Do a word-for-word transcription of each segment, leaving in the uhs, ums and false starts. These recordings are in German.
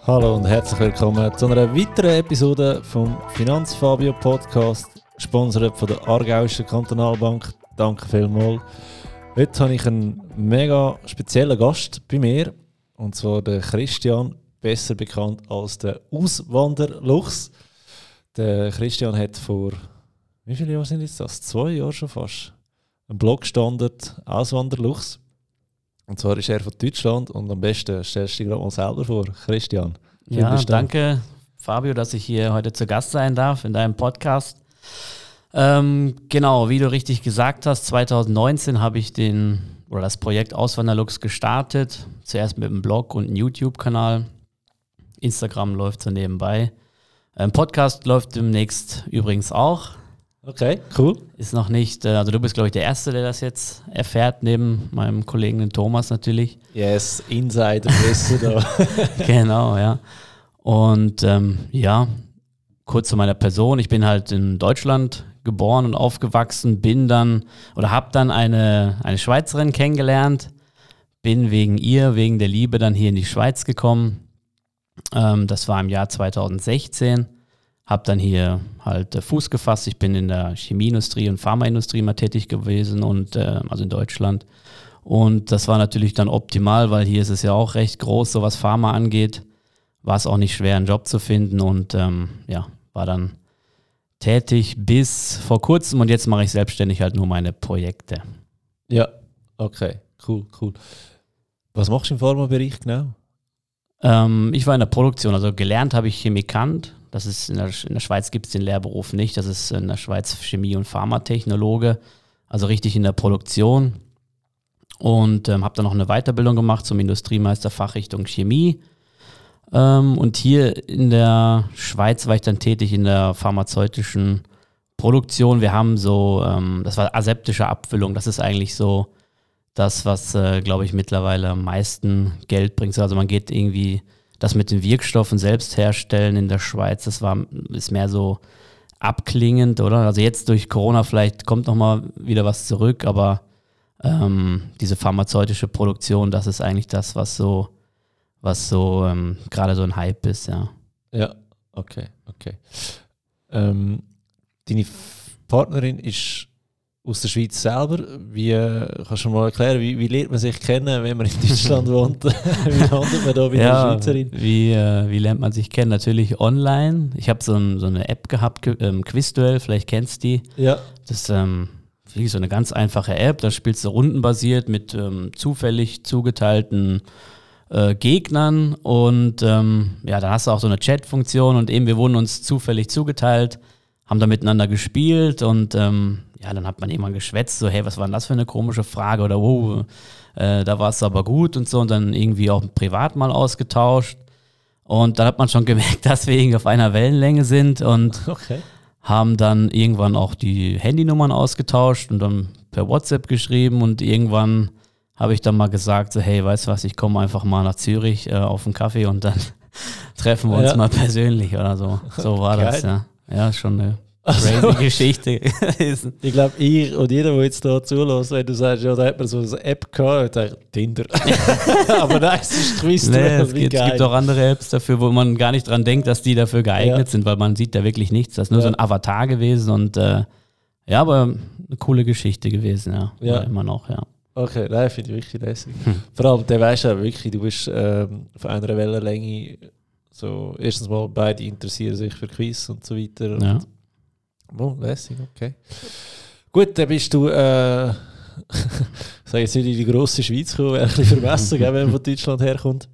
Hallo und herzlich willkommen zu einer weiteren Episode vom Finanzfabio Podcast, gesponsert von der Aargauischen Kantonalbank. Danke vielmals. Heute habe ich einen mega speziellen Gast bei mir, und zwar den Christian, besser bekannt als der Auswanderluchs. Der Christian hat vor, wie viele Jahre sind jetzt das? Zwei Jahre schon fast, einen Blog gestartet, Auswanderluchs. Und zwar ist er von Deutschland und am besten stellst du dich gerade mal selber vor. Christian. Ja, danke Fabio, dass ich hier heute zu Gast sein darf in deinem Podcast. Ähm, genau, wie du richtig gesagt hast, zwanzig neunzehn habe ich den oder das Projekt Auswanderluchs gestartet. Zuerst mit einem Blog und einem YouTube-Kanal. Instagram läuft so nebenbei. Ein Podcast läuft demnächst übrigens auch. Okay, cool. Ist noch nicht, also du bist, glaube ich, der Erste, der das jetzt erfährt, neben meinem Kollegen den Thomas natürlich. Yes, Insider-Wissen da. Genau, ja. Und ähm, ja, kurz zu meiner Person. Ich bin halt in Deutschland geboren und aufgewachsen, bin dann oder habe dann eine, eine Schweizerin kennengelernt, bin wegen ihr, wegen der Liebe dann hier in die Schweiz gekommen. Ähm, das war im Jahr zwanzig sechzehn. Habe dann hier halt äh, Fuß gefasst. Ich bin in der Chemieindustrie und Pharmaindustrie mal tätig gewesen, und äh, also in Deutschland. Und das war natürlich dann optimal, weil hier ist es ja auch recht groß, so was Pharma angeht. War es auch nicht schwer, einen Job zu finden, und ähm, ja, war dann tätig bis vor kurzem, und jetzt mache ich selbstständig halt nur meine Projekte. Ja, okay, cool, cool. Was machst du im Pharmabereich genau? Ähm, ich war in der Produktion, also gelernt habe ich Chemikant. Das ist in der, in der Schweiz gibt es den Lehrberuf nicht. Das ist in der Schweiz Chemie- und Pharmatechnologe, also richtig in der Produktion. Und ähm, habe dann noch eine Weiterbildung gemacht zum Industriemeister Fachrichtung Chemie. Ähm, und hier in der Schweiz war ich dann tätig in der pharmazeutischen Produktion. Wir haben so, ähm, das war aseptische Abfüllung. Das ist eigentlich so das, was, äh, glaube ich, mittlerweile am meisten Geld bringt. Also man geht irgendwie das mit den Wirkstoffen selbst herstellen in der Schweiz, das war, ist mehr so abklingend, oder? Also jetzt durch Corona vielleicht kommt nochmal wieder was zurück, aber ähm, diese pharmazeutische Produktion, das ist eigentlich das, was so, was so ähm, gerade so ein Hype ist, ja. Ja, okay, okay. Ähm, deine Partnerin ist aus der Schweiz selber. Wie, äh, kannst du mal erklären, wie, wie lernt man sich kennen, wenn man in Deutschland wohnt? Wie handelt man da mit ja, der Schweizerin? Wie, äh, wie lernt man sich kennen? Natürlich online. Ich habe so, ein, so eine App gehabt, ähm, Quizduell, vielleicht kennst du die. Ja. Das ist ähm, wie so eine ganz einfache App. Da spielst du rundenbasiert mit ähm, zufällig zugeteilten äh, Gegnern, und ähm, ja, dann hast du auch so eine Chat-Funktion, und eben wir wurden uns zufällig zugeteilt, haben da miteinander gespielt, und ähm, ja, dann hat man irgendwann geschwätzt, so, hey, was war denn das für eine komische Frage, oder wow, äh, da war es aber gut und so, und dann irgendwie auch privat mal ausgetauscht, und dann hat man schon gemerkt, dass wir irgendwie auf einer Wellenlänge sind, und okay. haben dann irgendwann auch die Handynummern ausgetauscht und dann per WhatsApp geschrieben, und irgendwann habe ich dann mal gesagt, so, hey, weißt du was, ich komme einfach mal nach Zürich äh, auf einen Kaffee, und dann treffen wir uns ja. mal persönlich oder so. So war Geil. das, ja. Ja, schon eine crazy also, Geschichte gewesen. Ich glaube, ich und jeder, der jetzt hier zulässt, wenn du sagst, ja, da hat man so eine App gehabt, und dachte, Tinder. Aber nein, es ist Quiz. Nee, es, gibt, es gibt auch andere Apps dafür, wo man gar nicht dran denkt, dass die dafür geeignet ja. sind, weil man sieht da wirklich nichts. Das ist nur ja. so ein Avatar gewesen, und äh, ja, aber eine coole Geschichte gewesen, ja. ja. War immer noch, ja. Okay, nein, finde ich wirklich lässig. Hm. Vor allem, der weisst ja wirklich, du bist ähm, auf einer Wellenlänge, so, erstens mal, beide interessieren sich für Quiz und so weiter. Und ja. Oh, lässig, okay. Gut, dann bist du, äh, ich sage jetzt nicht in die grosse Schweiz gekommen, wäre ein bisschen vermessen, wenn man von Deutschland herkommt.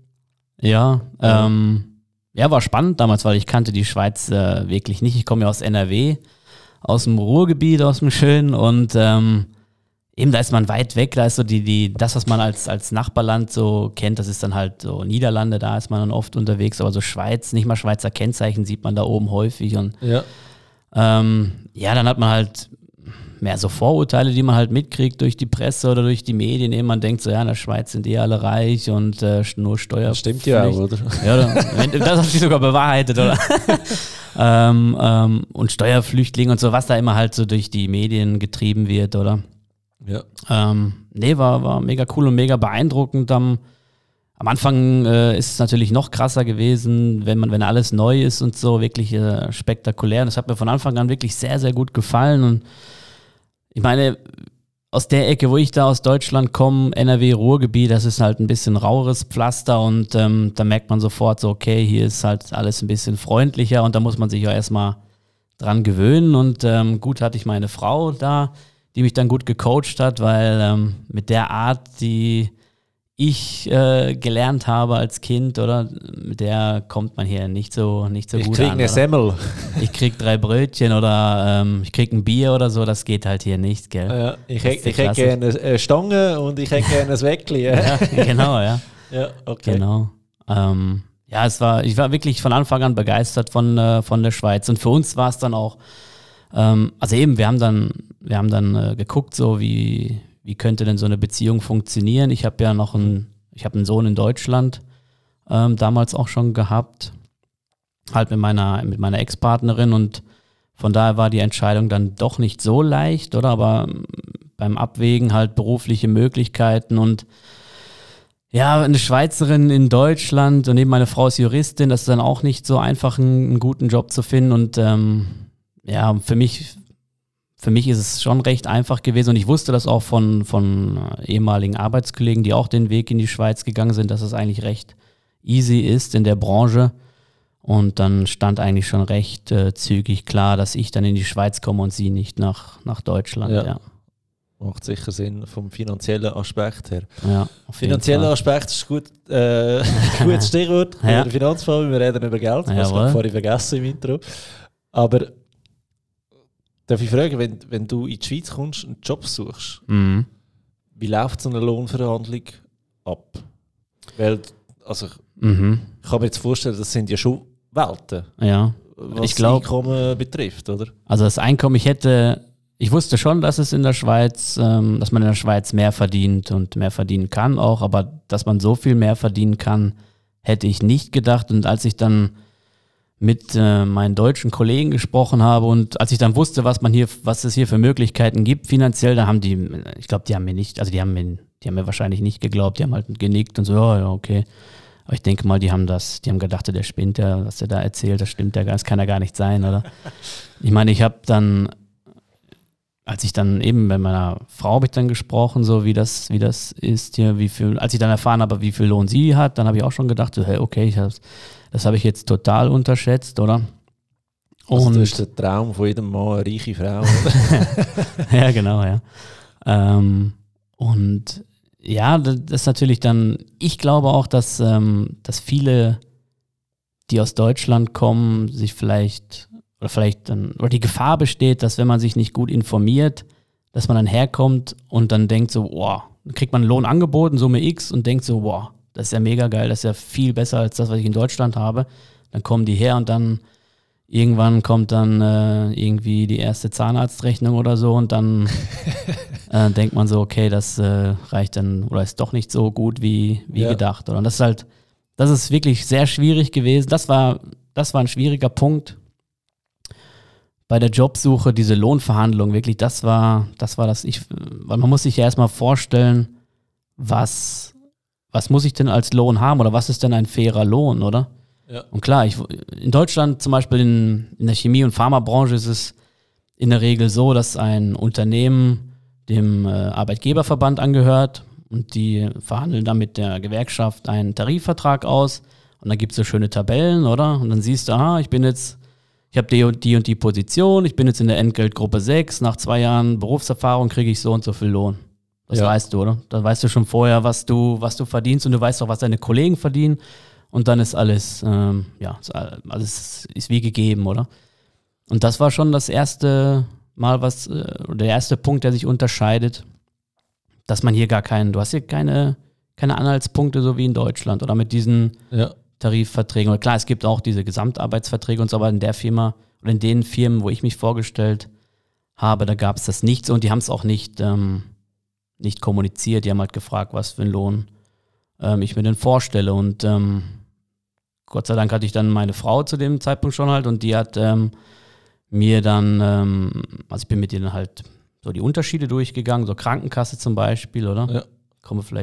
Ja, ähm, ja, war spannend damals, weil ich kannte die Schweiz äh, wirklich nicht. Ich komme ja aus N R W, aus dem Ruhrgebiet, aus dem Schönen, und ähm, eben, da ist man weit weg, da ist so die, die, das, was man als, als Nachbarland so kennt, das ist dann halt so Niederlande, da ist man dann oft unterwegs, aber so Schweiz, nicht mal Schweizer Kennzeichen sieht man da oben häufig, und ja, ähm, ja, dann hat man halt mehr so Vorurteile, die man halt mitkriegt durch die Presse oder durch die Medien, eben man denkt so, ja, in der Schweiz sind eh alle reich und äh, nur Steuer. Das stimmt ja auch, oder? Ja, das hat sich sogar bewahrheitet, oder? ähm, ähm, und Steuerflüchtlinge und so, was da immer halt so durch die Medien getrieben wird, oder? Ja. Ähm, nee, war, war mega cool und mega beeindruckend. Am, am Anfang äh, ist es natürlich noch krasser gewesen, wenn man, wenn alles neu ist und so, wirklich äh, spektakulär. Und das hat mir von Anfang an wirklich sehr, sehr gut gefallen. Und ich meine, aus der Ecke, wo ich da aus Deutschland komme, N R W-Ruhrgebiet, das ist halt ein bisschen raueres Pflaster und ähm, da merkt man sofort so, okay, hier ist halt alles ein bisschen freundlicher und da muss man sich ja erstmal dran gewöhnen. Und ähm, gut hatte ich meine Frau da, die mich dann gut gecoacht hat, weil ähm, mit der Art, die ich äh, gelernt habe als Kind, oder? Mit der kommt man hier nicht so, nicht so ich gut krieg an. eine Semmel. Ich krieg drei Brötchen oder ähm, ich krieg ein Bier oder so, das geht halt hier nicht, gell? Ja, ich hätte hätt gerne eine Stange und ich hätte gerne ein Weckli. Ja, genau, ja. Ja, okay. Genau. Ähm, ja, es war, ich war wirklich von Anfang an begeistert von, äh, von der Schweiz. Und für uns war es dann auch, ähm, also eben, wir haben dann, wir haben dann äh, geguckt, so wie Wie könnte denn so eine Beziehung funktionieren? Ich habe ja noch einen, ich habe einen Sohn in Deutschland ähm, damals auch schon gehabt, halt mit meiner, mit meiner Ex-Partnerin und von daher war die Entscheidung dann doch nicht so leicht, oder? Aber beim Abwägen halt berufliche Möglichkeiten und ja, eine Schweizerin in Deutschland und eben meine Frau ist Juristin, das ist dann auch nicht so einfach, einen, einen guten Job zu finden und ähm, ja, für mich Für mich ist es schon recht einfach gewesen und ich wusste das auch von, von ehemaligen Arbeitskollegen, die auch den Weg in die Schweiz gegangen sind, dass es eigentlich recht easy ist in der Branche. Und dann stand eigentlich schon recht äh, zügig klar, dass ich dann in die Schweiz komme und sie nicht nach, nach Deutschland. Ja. Ja. Macht sicher Sinn vom finanziellen Aspekt her. Ja, finanzieller Aspekt ist gut, äh, ein gutes Stichwort. Ja. Der Finanzfall, wir reden über Geld, das habe ich vorhin vergessen im Intro. Aber darf ich fragen, wenn, wenn du in die Schweiz kommst und einen Job suchst, mhm. wie läuft so eine Lohnverhandlung ab? Weil, also, mhm. ich kann mir jetzt vorstellen, das sind ja schon Welten, ja. was ich glaub, das Einkommen betrifft, oder? Also das Einkommen, ich hätte, ich wusste schon, dass es in der Schweiz, ähm, dass man in der Schweiz mehr verdient und mehr verdienen kann auch, aber dass man so viel mehr verdienen kann, hätte ich nicht gedacht. Und als ich dann mit äh, meinen deutschen Kollegen gesprochen habe und als ich dann wusste, was man hier, was es hier für Möglichkeiten gibt finanziell, da haben die, ich glaube, die haben mir nicht, also die haben mir, die haben mir wahrscheinlich nicht geglaubt, die haben halt genickt und so, ja, ja, okay. Aber ich denke mal, die haben das, die haben gedacht, der spinnt ja, was der da erzählt, das stimmt ja, das kann ja gar nicht sein, oder? Ich meine, ich habe dann, als ich dann eben bei meiner Frau habe ich dann gesprochen, so wie das, wie das ist hier, wie viel, als ich dann erfahren habe, wie viel Lohn sie hat, dann habe ich auch schon gedacht, so, hey, okay, ich hab's, das habe ich jetzt total unterschätzt, oder? Also und das ist der Traum von jedem Mann, eine reiche Frau, oder? ja, genau, ja. Ähm, und ja, das ist natürlich dann, ich glaube auch, dass, ähm, dass viele, die aus Deutschland kommen, sich vielleicht, oder vielleicht dann, oder die Gefahr besteht, dass wenn man sich nicht gut informiert, dass man dann herkommt und dann denkt so, wow, dann kriegt man einen Lohn angeboten, Summe X und denkt so, wow, das ist ja mega geil, das ist ja viel besser als das, was ich in Deutschland habe. Dann kommen die her und dann irgendwann kommt dann äh, irgendwie die erste Zahnarztrechnung oder so und dann äh, denkt man so, okay, das äh, reicht dann oder ist doch nicht so gut wie, wie ja. gedacht. Und das ist halt, das ist wirklich sehr schwierig gewesen. Das war, das war ein schwieriger Punkt bei der Jobsuche, diese Lohnverhandlung, wirklich, das war, das war das, ich, weil man muss sich ja erstmal vorstellen, was was muss ich denn als Lohn haben oder was ist denn ein fairer Lohn, oder? Ja. Und klar, ich, in Deutschland zum Beispiel in, in der Chemie- und Pharmabranche ist es in der Regel so, dass ein Unternehmen dem äh, Arbeitgeberverband angehört und die verhandeln dann mit der Gewerkschaft einen Tarifvertrag aus und dann gibt es so schöne Tabellen, oder? Und dann siehst du, aha, ich bin jetzt, ich habe die und die und die Position, ich bin jetzt in der Entgeltgruppe sechs, nach zwei Jahren Berufserfahrung kriege ich so und so viel Lohn. Das ja. weißt du, oder? Da weißt du schon vorher, was du, was du verdienst und du weißt auch, was deine Kollegen verdienen und dann ist alles, ähm, ja, alles ist wie gegeben, oder? Und das war schon das erste Mal, was, äh, der erste Punkt, der sich unterscheidet, dass man hier gar keinen, du hast hier keine, keine Anhaltspunkte, so wie in Deutschland oder mit diesen ja. Tarifverträgen. Und klar, es gibt auch diese Gesamtarbeitsverträge und so, aber in der Firma oder in den Firmen, wo ich mich vorgestellt habe, da gab es das nicht so und die haben es auch nicht, ähm, nicht kommuniziert. Die haben halt gefragt, was für einen Lohn ähm, ich mir denn vorstelle. Und ähm, Gott sei Dank hatte ich dann meine Frau zu dem Zeitpunkt schon halt und die hat ähm, mir dann, ähm, also ich bin mit ihr dann halt so die Unterschiede durchgegangen, so Krankenkasse zum Beispiel, oder? Ja. Kommen wir vielleicht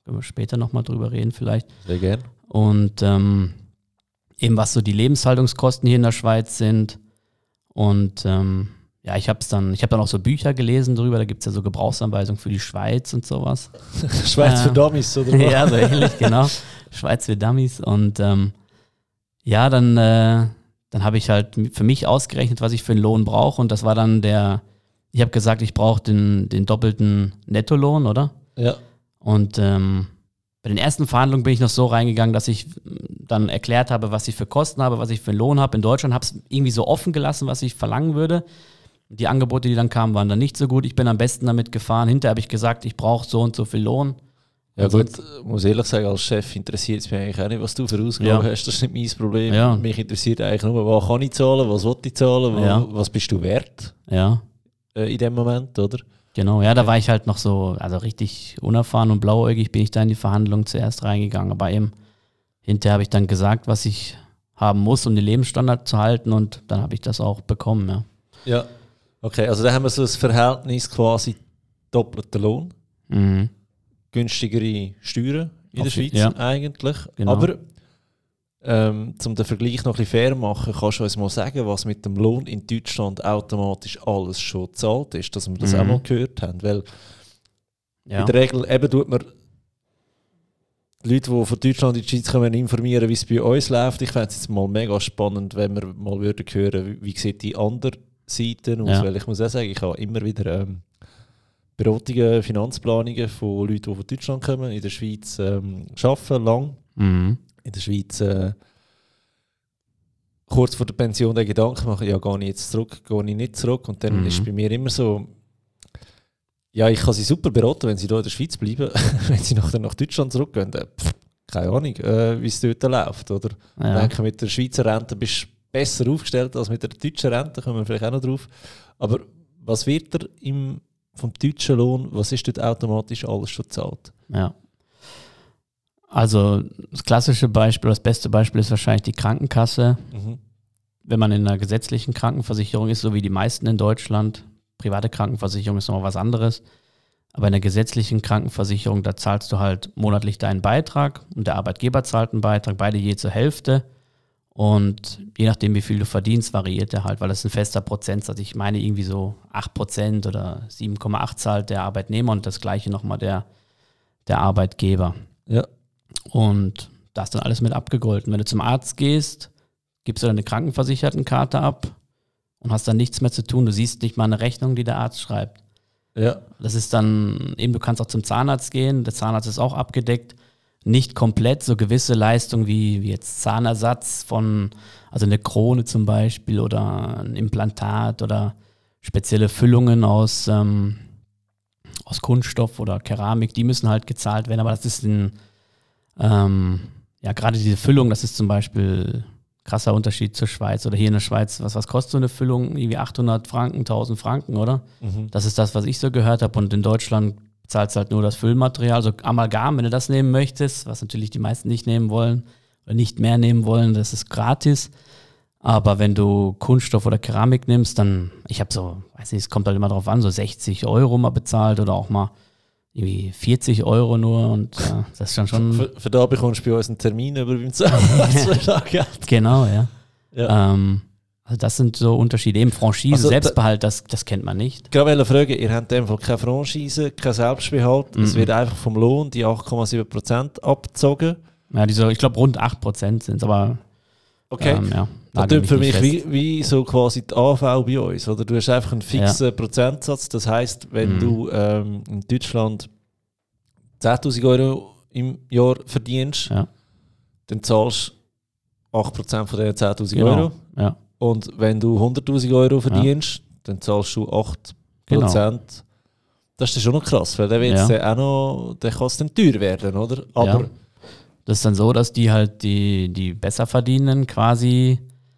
können wir später nochmal drüber reden vielleicht. Sehr gern. Und ähm, eben was so die Lebenshaltungskosten hier in der Schweiz sind. Und ähm, ja, ich habe es dann, ich habe dann auch so Bücher gelesen drüber, da gibt es ja so Gebrauchsanweisungen für die Schweiz und sowas. Schweiz für äh, Dummies, oder was? Ja, so ähnlich, genau. Schweiz für Dummies. Und ähm, ja, dann, äh, dann habe ich halt für mich ausgerechnet, was ich für einen Lohn brauche. Und das war dann der, ich habe gesagt, ich brauche den, den doppelten Nettolohn, oder? Ja. Und ähm, bei den ersten Verhandlungen bin ich noch so reingegangen, dass ich dann erklärt habe, was ich für Kosten habe, was ich für einen Lohn habe. In Deutschland habe ich es irgendwie so offen gelassen, was ich verlangen würde. Die Angebote, die dann kamen, waren dann nicht so gut. Ich bin am besten damit gefahren. Hinterher habe ich gesagt, ich brauche so und so viel Lohn. Ja gut, ich muss ehrlich sagen, als Chef interessiert es mich eigentlich auch nicht, was du für Ausgaben Ja. hast. Das ist nicht mein Problem. Ja. Mich interessiert eigentlich nur, was kann ich zahlen, was will ich zahlen, Ja. was, was bist du wert Ja, äh, in dem Moment, oder? genau. Ja, da war ich halt noch so, also richtig unerfahren und blauäugig bin ich da in die Verhandlungen zuerst reingegangen. Aber eben hinterher habe ich dann gesagt, was ich haben muss, um den Lebensstandard zu halten, und dann habe ich das auch bekommen, ja. Ja. Okay, also da haben wir so das Verhältnis quasi doppelter Lohn, Mhm. günstigere Steuern in Auf- der Schweiz ja. eigentlich. Genau. Aber ähm, um den Vergleich noch ein bisschen fair machen, kannst du uns mal sagen, was mit dem Lohn in Deutschland automatisch alles schon gezahlt ist, dass wir das Mhm. auch mal gehört haben. Weil Ja. in der Regel eben tut man die Leute, die von Deutschland in die Schweiz kommen, informieren, wie es bei uns läuft. Ich fände es jetzt mal mega spannend, wenn wir mal würden hören, wie, wie sieht die andere Seite aus. Ja. Weil ich muss auch sagen, ich habe immer wieder ähm, Beratungen, Finanzplanungen von Leuten, die von Deutschland kommen, in der Schweiz ähm, arbeiten, lang. Mhm. In der Schweiz äh, kurz vor der Pension den Gedanken machen, ja, gehe ich jetzt zurück, gehe ich nicht zurück. Und dann Mhm. ist bei mir immer so, ja, ich kann sie super beraten, wenn sie hier in der Schweiz bleiben. Wenn sie nachher nach Deutschland zurückgehen, dann, pff, keine Ahnung, äh, wie es dort läuft. Oder? Ja. Ich denke, mit der Schweizer Rente bist du besser aufgestellt als mit der deutschen Rente, kommen wir vielleicht auch noch drauf. Aber was wird er im, vom deutschen Lohn, was ist dort automatisch alles schon gezahlt? Ja. Also das klassische Beispiel, das beste Beispiel ist wahrscheinlich die Krankenkasse. Mhm. Wenn man in einer gesetzlichen Krankenversicherung ist, so wie die meisten in Deutschland, private Krankenversicherung ist nochmal was anderes, aber in der gesetzlichen Krankenversicherung, da zahlst du halt monatlich deinen Beitrag und der Arbeitgeber zahlt einen Beitrag, beide je zur Hälfte, und je nachdem, wie viel du verdienst, variiert der halt, weil das ist ein fester Prozentsatz. Ich meine irgendwie so acht Prozent oder sieben Komma acht zahlt der Arbeitnehmer und das gleiche nochmal der, der Arbeitgeber. Ja. Und da ist dann alles mit abgegolten. Wenn du zum Arzt gehst, gibst du deine Krankenversichertenkarte ab und hast dann nichts mehr zu tun. Du siehst nicht mal eine Rechnung, die der Arzt schreibt. Ja. Das ist dann, eben du kannst auch zum Zahnarzt gehen, der Zahnarzt ist auch abgedeckt. Nicht komplett, so gewisse Leistungen wie, wie jetzt Zahnersatz von, also eine Krone zum Beispiel oder ein Implantat oder spezielle Füllungen aus, ähm, aus Kunststoff oder Keramik, die müssen halt gezahlt werden, aber das ist ein, ähm, ja, gerade diese Füllung, das ist zum Beispiel krasser Unterschied zur Schweiz oder hier in der Schweiz. Was, was kostet so eine Füllung? Irgendwie achthundert Franken, tausend Franken, oder? Mhm. Das ist das, was ich so gehört habe. Und in Deutschland zahlst du halt nur das Füllmaterial, also Amalgam, wenn du das nehmen möchtest, was natürlich die meisten nicht nehmen wollen oder nicht mehr nehmen wollen, das ist gratis. Aber wenn du Kunststoff oder Keramik nimmst, dann, ich habe so, weiß nicht, es kommt halt immer drauf an, so sechzig Euro mal bezahlt oder auch mal irgendwie vierzig Euro nur, und äh, das ist dann schon... Für, für da bekommst du bei uns einen Termin über beim Zahnarzt. Genau, ja. Ja. Ähm, also das sind so Unterschiede. Eben Franchise, Also, Selbstbehalt, das, das kennt man nicht. Ich wollte fragen, ihr habt in dem Fall keine Franchise, keinen Selbstbehalt. Es Mhm. wird einfach vom Lohn die acht Komma sieben Prozent abgezogen. Ja, diese, ich glaube rund acht Prozent sind es, aber Okay. ähm, ja, Das nagel tut für nicht mich fest. wie, wie so quasi die A V bei uns. Oder? Du hast einfach einen fixen Prozentsatz. Das heisst, wenn Mhm. du ähm, in Deutschland zehntausend Euro im Jahr verdienst, Ja. dann zahlst du acht Prozent von diesen zehntausend Genau. Euro. Ja, Und wenn du hunderttausend Euro verdienst, dann zahlst du acht Prozent. genau. Das ist dann schon noch krass, weil dann, wird's Ja. dann auch noch, dann kann es dann teuer werden, oder? Aber Ja. Das ist dann so, dass die halt die, die besser verdienen quasi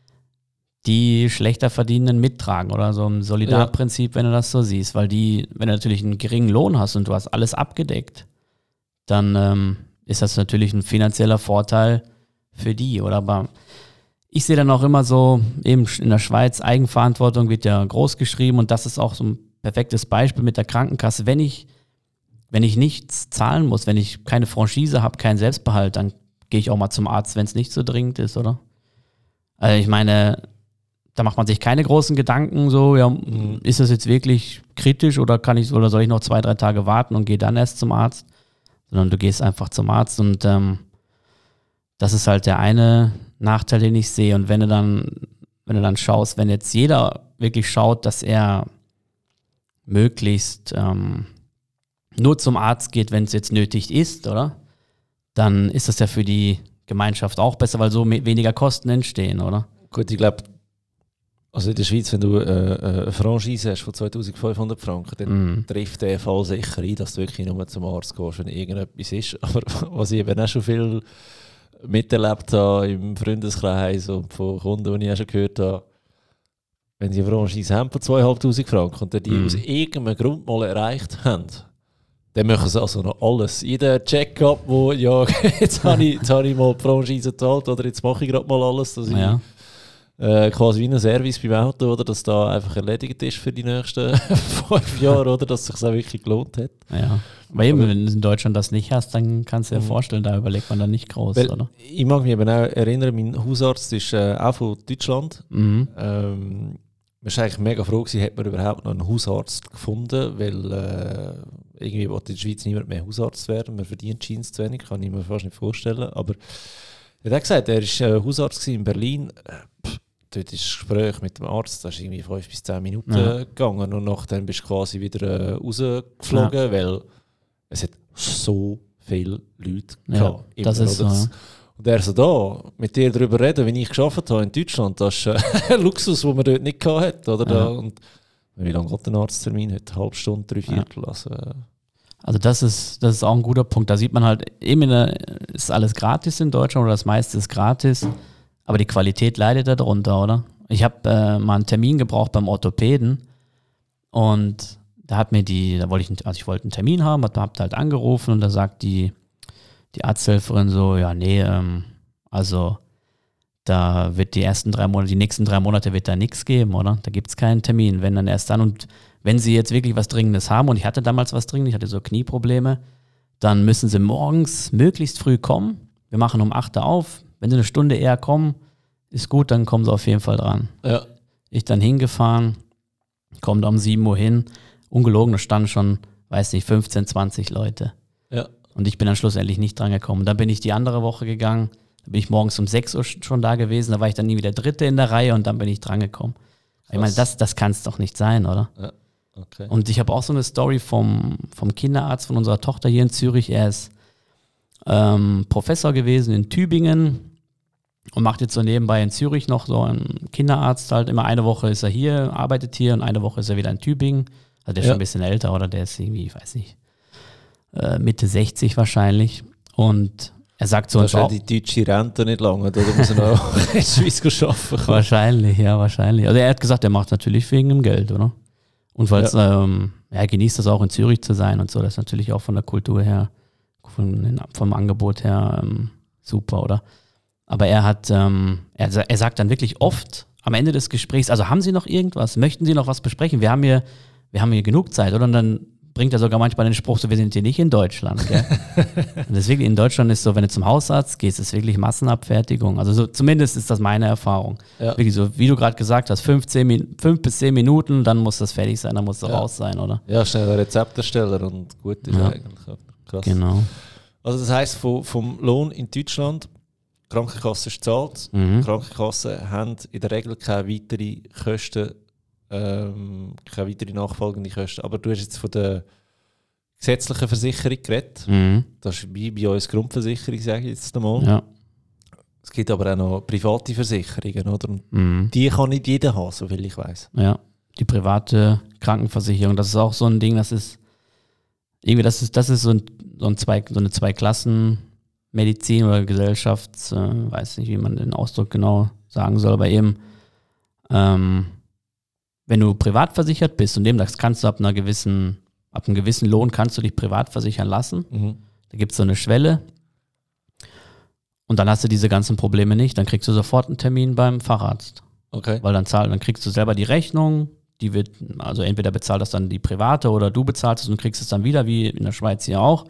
die schlechter verdienenden mittragen, oder so ein Solidarprinzip, wenn du das so siehst, weil die, wenn du natürlich einen geringen Lohn hast und du hast alles abgedeckt, dann ähm, ist das natürlich ein finanzieller Vorteil für die, oder? Aber ich sehe dann auch immer so, eben in der Schweiz, Eigenverantwortung wird ja groß geschrieben, und das ist auch so ein perfektes Beispiel mit der Krankenkasse. Wenn ich, wenn ich nichts zahlen muss, wenn ich keine Franchise habe, keinen Selbstbehalt, dann gehe ich auch mal zum Arzt, wenn es nicht so dringend ist, oder? Also ich meine, da macht man sich keine großen Gedanken, so, ja, mhm. ist das jetzt wirklich kritisch oder kann ich oder soll ich noch zwei, drei Tage warten und gehe dann erst zum Arzt? Sondern du gehst einfach zum Arzt und ähm, das ist halt der eine Nachteil, den ich sehe. Und wenn du dann, wenn du dann schaust, wenn jetzt jeder wirklich schaut, dass er möglichst ähm, nur zum Arzt geht, wenn es jetzt nötig ist, oder? Dann ist das ja für die Gemeinschaft auch besser, weil so weniger Kosten entstehen, oder? Gut, ich glaube, also in der Schweiz, wenn du äh, eine Franchise hast von zweitausendfünfhundert Franken, dann mm. trifft der Fall sicher ein, dass du wirklich nur zum Arzt gehst, wenn irgendetwas ist. Aber was ich eben auch schon viel miterlebt habe im Freundeskreis und von Kunden, die ich auch schon gehört habe, wenn sie eine Franchise haben von zweitausendfünfhundert Franken und die mm. aus irgendeinem Grund mal erreicht haben, dann machen sie also noch alles. Jeder Check-up, wo ja, jetzt habe ich, jetzt habe ich mal die Franchise gezahlt oder jetzt mache ich gerade mal alles, dass ich ja. Äh, quasi wie ein Service beim Auto, oder, dass da einfach erledigt ist für die nächsten fünf Jahre, oder, dass es sich auch wirklich gelohnt hat. Ja, weil eben, wenn du in Deutschland das nicht hast, dann kannst du dir vorstellen, da überlegt man dann nicht groß, weil, oder? Ich mag mich eben auch erinnern, mein Hausarzt ist äh, auch von Deutschland. Mhm. Ähm, man ist eigentlich mega froh gewesen, hat man überhaupt noch einen Hausarzt gefunden, weil äh, irgendwie wollte in der Schweiz niemand mehr Hausarzt werden, man verdient scheint zu wenig, kann ich mir fast nicht vorstellen, aber er hat gesagt, er war äh, Hausarzt in Berlin. Pff, dort ist das Gespräch mit dem Arzt, das ist irgendwie fünf bis zehn Minuten ja. gegangen und nachdem bist du quasi wieder äh, rausgeflogen, ja. weil es hat so viele Leute ja, gehabt. Das ist so, ja. Und er so da, mit dir darüber reden, wie ich gearbeitet habe in Deutschland, das ist äh, ein Luxus, den man dort nicht gehabt hat. Oder? Ja. Da, und wie lange geht ein Arzttermin? Heute? Eine halbe Stunde, drei Viertel. Ja. Also, äh, also das ist, das ist auch ein guter Punkt. Da sieht man halt, eben ist alles gratis in Deutschland oder das meiste ist gratis. Aber die Qualität leidet darunter, oder? Ich habe äh, mal einen Termin gebraucht beim Orthopäden und da hat mir die, da wollte ich, also ich wollte einen Termin haben, hab, hab halt angerufen und da sagt die, die Arzthelferin so, ja, nee, ähm, also da wird die ersten drei Monate, die nächsten drei Monate wird da nichts geben, oder? Da gibt es keinen Termin, wenn dann erst dann. Und wenn sie jetzt wirklich was Dringendes haben, und ich hatte damals was Dringendes, ich hatte so Knieprobleme, dann müssen sie morgens möglichst früh kommen. Wir machen um acht Uhr auf. Wenn sie eine Stunde eher kommen, ist gut, dann kommen sie auf jeden Fall dran. Ja. Ich dann hingefahren, komme da um sieben Uhr hin, ungelogen, da standen schon, weiß nicht, fünfzehn, zwanzig Leute. Ja. Und ich bin dann schlussendlich nicht dran gekommen. Dann bin ich die andere Woche gegangen, da bin ich morgens um sechs Uhr schon da gewesen, da war ich dann nie wieder Dritte in der Reihe und dann bin ich dran gekommen. Ich meine, das, das kann es doch nicht sein, oder? Ja. Okay. Und ich habe auch so eine Story vom, vom Kinderarzt von unserer Tochter hier in Zürich. Er ist ähm, Professor gewesen in Tübingen und macht jetzt so nebenbei in Zürich noch so einen Kinderarzt halt. Immer eine Woche ist er hier, arbeitet hier und eine Woche ist er wieder in Tübingen. Also der ist ja. schon ein bisschen älter, oder? Der ist irgendwie, ich weiß nicht, äh, Mitte sechzig wahrscheinlich. Und er sagt so... Wahrscheinlich die deutsche Rente nicht lange, oder muss er noch in der Schweiz arbeiten? Wahrscheinlich, ja, wahrscheinlich. Also er hat gesagt, er macht natürlich wegen dem Geld, oder? Und weil ja. ähm, er genießt das auch in Zürich zu sein und so, das ist natürlich auch von der Kultur her, von, vom Angebot her ähm, super, oder? Aber er hat, ähm, er, er sagt dann wirklich oft am Ende des Gesprächs, also haben Sie noch irgendwas? Möchten Sie noch was besprechen? Wir haben hier, wir haben hier genug Zeit, oder? Und dann bringt er sogar manchmal den Spruch, so, wir sind hier nicht in Deutschland. Gell? Und deswegen in Deutschland ist so, wenn du zum Hausarzt gehst, ist wirklich Massenabfertigung. Also so, zumindest ist das meine Erfahrung. Ja. Wirklich so, wie du gerade gesagt hast, fünfzehn, fünf bis zehn Minuten, dann muss das fertig sein, dann muss es ja. raus sein, oder? Ja, schnell ein Rezeptersteller und gut ist ja. eigentlich. Krass. Genau. Also das heisst, vom, vom Lohn in Deutschland, die Krankenkasse ist bezahlt, mhm. die Krankenkassen haben in der Regel keine weiteren Kosten, ähm, keine weiteren nachfolgenden Kosten. Aber du hast jetzt von der gesetzlichen Versicherung geredet. Mhm. Das ist wie bei uns Grundversicherung, sage ich jetzt einmal. Ja. Es gibt aber auch noch private Versicherungen, oder? Und mhm. die kann nicht jeder haben, soviel ich weiß. Ja, die private Krankenversicherung, das ist auch so ein Ding, das ist irgendwie, das ist, das ist so, ein, so, ein zwei, so eine Zwei-Klassen-Medizin oder Gesellschafts-, äh, weiß nicht, wie man den Ausdruck genau sagen soll, aber eben, ähm, wenn du privat versichert bist und dem das kannst du ab einer gewissen, ab einem gewissen Lohn kannst du dich privat versichern lassen. Mhm. Da gibt es so eine Schwelle und dann hast du diese ganzen Probleme nicht, dann kriegst du sofort einen Termin beim Facharzt. Okay. Weil dann zahlt, dann kriegst du selber die Rechnung, Die wird, also entweder bezahlt das dann die Private oder du bezahlst es und kriegst es dann wieder, wie in der Schweiz hier auch.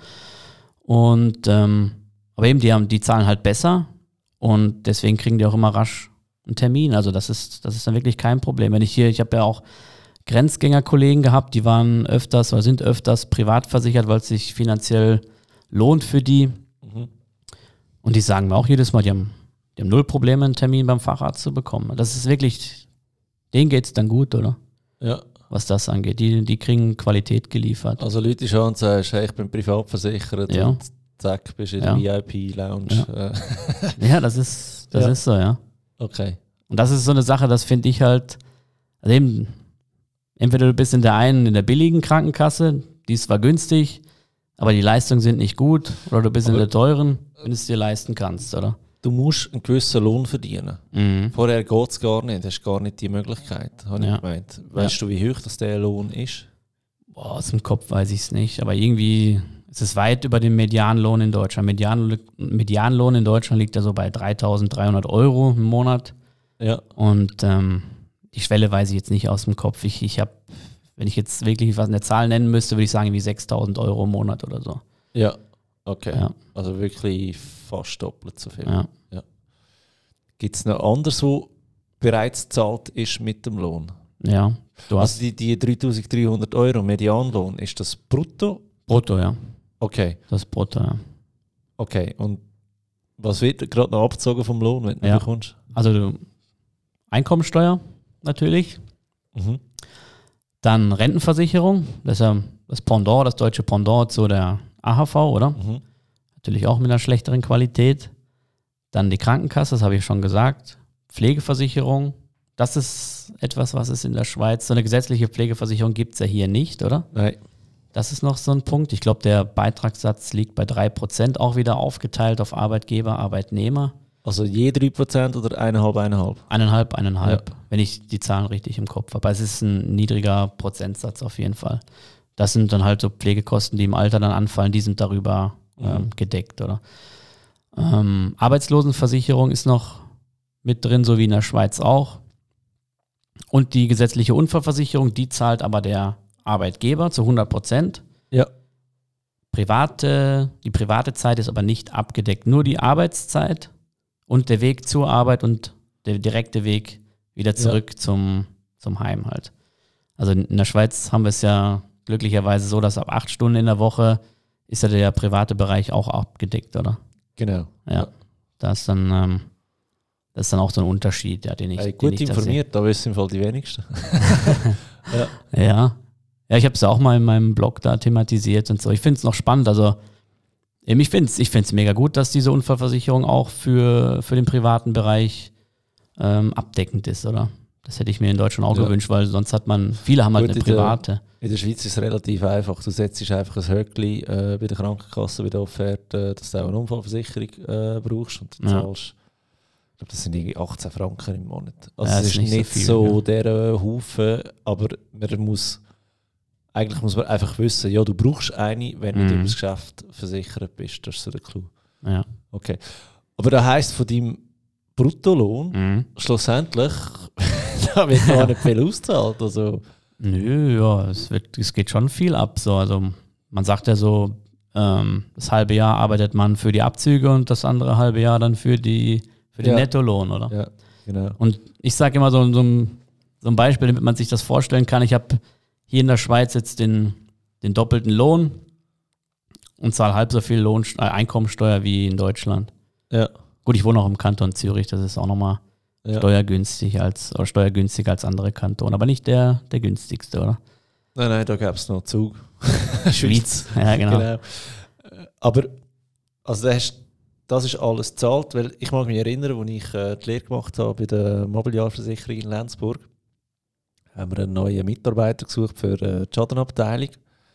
Und ähm, aber eben, die haben, die zahlen halt besser und deswegen kriegen die auch immer rasch einen Termin. Also das ist, das ist dann wirklich kein Problem. Wenn ich hier, ich habe ja auch Grenzgängerkollegen gehabt, die waren öfters oder sind öfters privat versichert, weil es sich finanziell lohnt für die. Mhm. Und die sagen mir auch jedes Mal, die haben, die haben null Probleme, einen Termin beim Facharzt zu bekommen. Das ist wirklich, denen geht es dann gut, oder? Ja. Was das angeht. Die, die kriegen Qualität geliefert. Also Leute schauen und sagen, hey, ich bin privat versichert ja. und zack, bist du in der ja. V I P-Lounge. Ja. ja, das ist, das ja. ist so, ja. Okay. Und das ist so eine Sache, das finde ich halt, also eben, entweder du bist in der einen, in der billigen Krankenkasse, die ist zwar günstig, aber die Leistungen sind nicht gut, oder du bist aber in der teuren, wenn du es dir leisten kannst, oder? Du musst einen gewissen Lohn verdienen. Mhm. Vorher geht es gar nicht, hast gar nicht die Möglichkeit, habe ja. ich gemeint. Weißt ja. du, wie hoch das der Lohn ist? Boah, aus dem Kopf weiß ich es nicht, aber irgendwie ist es weit über den Medianlohn in Deutschland. Median, Medianlohn in Deutschland liegt ja so bei dreitausenddreihundert Euro im Monat. Ja. Und ähm, die Schwelle weiß ich jetzt nicht aus dem Kopf. Ich, ich habe, wenn ich jetzt wirklich was in der Zahl nennen müsste, würde ich sagen wie sechstausend Euro im Monat oder so. Ja, okay. Ja. Also wirklich fast doppelt so viel. Ja. Ja. Gibt es noch anderes, wo bereits gezahlt ist mit dem Lohn? Ja. Du hast also die, die dreitausenddreihundert Euro Medianlohn, ist das brutto? Brutto, ja. Okay. Das ist brutto, ja. Okay, und was wird gerade noch abgezogen vom Lohn, wenn du ja. bekommst? Also du, Einkommensteuer natürlich. Mhm. Dann Rentenversicherung, das ist ja das Pendant, das deutsche Pendant zu der A H V, oder? Mhm. Natürlich auch mit einer schlechteren Qualität. Dann die Krankenkasse, das habe ich schon gesagt. Pflegeversicherung, das ist etwas, was es in der Schweiz, so eine gesetzliche Pflegeversicherung gibt es ja hier nicht, oder? Nein. Das ist noch so ein Punkt. Ich glaube, der Beitragssatz liegt bei drei Prozent, auch wieder aufgeteilt auf Arbeitgeber, Arbeitnehmer. Also je drei Prozent oder eineinhalb, eineinhalb? Eineinhalb, eineinhalb, ja. wenn ich die Zahlen richtig im Kopf habe. Aber es ist ein niedriger Prozentsatz auf jeden Fall. Das sind dann halt so Pflegekosten, die im Alter dann anfallen, die sind darüber mhm. ähm, gedeckt, oder? Ähm, Arbeitslosenversicherung ist noch mit drin, so wie in der Schweiz auch. Und die gesetzliche Unfallversicherung, die zahlt aber der Arbeitgeber zu hundert Prozent. Ja. Private, die private Zeit ist aber nicht abgedeckt. Nur die Arbeitszeit und der Weg zur Arbeit und der direkte Weg wieder zurück ja. zum, zum Heim halt. Also in der Schweiz haben wir es ja glücklicherweise so, dass ab acht Stunden in der Woche ist ja der private Bereich auch abgedeckt, oder? Genau. Ja. ja. Da ist dann, ähm, das ist dann auch so ein Unterschied, ja, den ich, hey, gut den ich informiert, da wissen im Fall die wenigsten. ja. ja. Ja, ich habe es auch mal in meinem Blog da thematisiert und so. Ich finde es noch spannend. Also ich finde es ich find's mega gut, dass diese Unfallversicherung auch für, für den privaten Bereich ähm, abdeckend ist, oder? Das hätte ich mir in Deutschland auch ja. gewünscht, weil sonst hat man, viele haben halt gut, eine private. In der, in der Schweiz ist es relativ einfach. Du setzt einfach ein Höckli äh, bei der Krankenkasse bei der Offerte, dass du auch eine Unfallversicherung äh, brauchst und du ja. zahlst, ich glaube, das sind irgendwie achtzehn Franken im Monat. Also ja, es ist, ist nicht so, viel, so ja. der äh, Haufen, aber man muss eigentlich muss man einfach wissen, ja, du brauchst eine, wenn mhm. du über das Geschäft versichert bist. Das ist so der Clou. Ja. Okay. Aber das heisst, von deinem Bruttolohn mhm. schlussendlich da wird gar nicht viel ausgezahlt. Also. Nö, ja, es, wird, es geht schon viel ab. So. Also man sagt ja so, ähm, das halbe Jahr arbeitet man für die Abzüge und das andere halbe Jahr dann für, die, für den ja. Nettolohn, oder? Ja, genau. Und ich sage immer so, so, ein, so ein Beispiel, damit man sich das vorstellen kann. Ich habe hier in der Schweiz jetzt den, den doppelten Lohn und zahle halb so viel Lohn, äh, Einkommensteuer wie in Deutschland. Ja. Gut, ich wohne auch im Kanton Zürich, das ist auch nochmal ja. steuergünstig als, oder steuergünstiger als andere Kantone, aber nicht der, der günstigste, oder? Nein, nein, da gab es noch Zug. Schweiz, ja genau. genau. Aber also das, das ist alles gezahlt, weil ich mag mich erinnern, als ich äh, die Lehre gemacht habe bei der Mobiliarversicherung in Lenzburg, haben wir einen neuen Mitarbeiter gesucht für äh, die Schadenabteilung.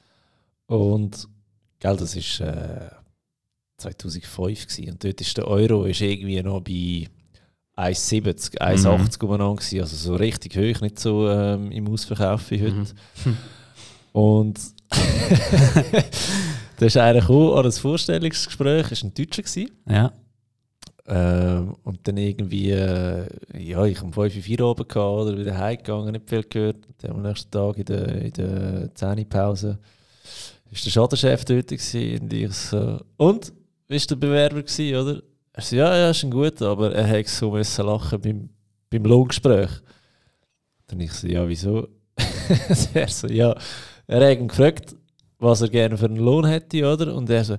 Und gell, das war äh, zweitausendfünf gewesen. Und dort ist der Euro ist irgendwie noch bei eins siebzig, eins achtzig mhm. umeinander gewesen. Also so richtig hoch, nicht so ähm, im Ausverkauf wie heute. Mhm. Und da ist einer gekommen an ein Vorstellungsgespräch, das war ein Deutscher gewesen. Ja. Ähm, und dann irgendwie, äh, ja, ich um fünf Uhr vier oben gehabt oder wieder heimgegangen, nicht viel gehört. Dann am nächsten Tag in der, in der Zähnepause war der Schadenchef dort gewesen, und ich so, und? Wie war der Bewerber gewesen, oder? Er so, ja, ja, ist ein guter, aber er hat so müssen lachen beim, beim Lohngespräch. Dann ich so, ja, wieso? Er so, ja, er hat ihn gefragt, was er gerne für einen Lohn hätte, oder? Und er so,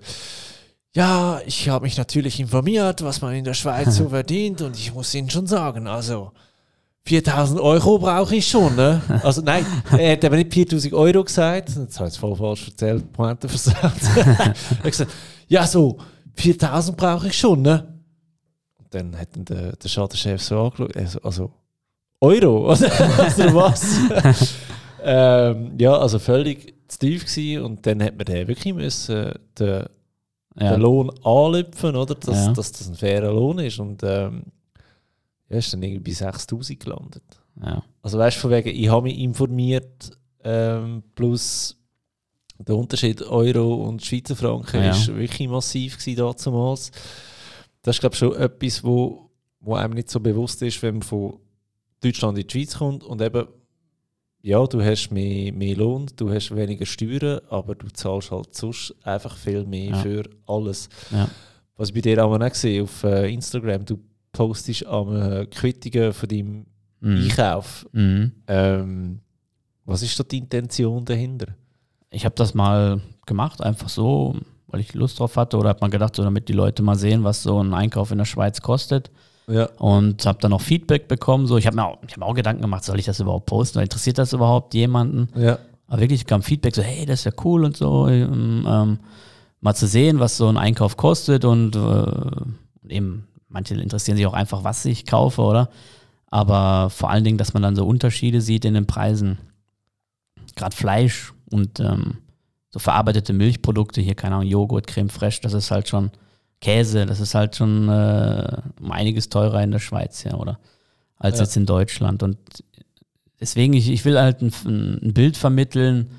ja, ich habe mich natürlich informiert, was man in der Schweiz so verdient, und ich muss Ihnen schon sagen, also viertausend Euro brauche ich schon, ne? Also nein, er hat aber nicht viertausend Euro gesagt, das habe ich voll falsch erzählt, Pointe versaut. Er hat gesagt, ja so, viertausend brauche ich schon, ne? Und dann hat ihn der, der Schadenchef so angeschaut, also, also Euro, oder? Also was? ähm, ja, also völlig zu tief gewesen, und dann hat man den wirklich müssen, den, Ja. den Lohn anlüpfen, oder? Dass, Ja. dass das ein fairer Lohn ist, und ähm, ja, ist dann irgendwie bei sechstausend gelandet. Ja. Also weißt du, von wegen, ich habe mich informiert, ähm, plus der Unterschied Euro und Schweizer Franken Ja. ist wirklich massiv gewesen damals. Das ist, glaube ich, schon etwas, wo, wo einem nicht so bewusst ist, wenn man von Deutschland in die Schweiz kommt und eben, ja, du hast mehr, mehr Lohn, du hast weniger Steuern, aber du zahlst halt sonst einfach viel mehr Ja. für alles. Ja. Was ich bei dir auch noch gesehen auf äh, Instagram, du postest am äh, Quittungen von deinem Mhm. Einkauf. Mhm. Ähm, was ist da die Intention dahinter? Ich habe das mal gemacht, einfach so, weil ich Lust drauf hatte, oder habe mal gedacht, so damit die Leute mal sehen, was so ein Einkauf in der Schweiz kostet. Ja. Und habe dann auch Feedback bekommen. So, ich habe mir, auch- ich hab mir auch Gedanken gemacht, soll ich das überhaupt posten? Oder interessiert das überhaupt jemanden? Ja. Aber wirklich kam Feedback so, hey, das ist ja cool und so. Ähm, ähm, mal zu sehen, was so ein Einkauf kostet, und äh, eben, manche interessieren sich auch einfach, was ich kaufe, oder? Aber vor allen Dingen, dass man dann so Unterschiede sieht in den Preisen. Gerade Fleisch und ähm, so verarbeitete Milchprodukte, hier, keine Ahnung, Joghurt, Creme Fraiche, das ist halt schon Käse, das ist halt schon äh, um einiges teurer in der Schweiz, ja, oder? Als Ja. jetzt in Deutschland. Und deswegen, ich, ich will halt ein, ein Bild vermitteln,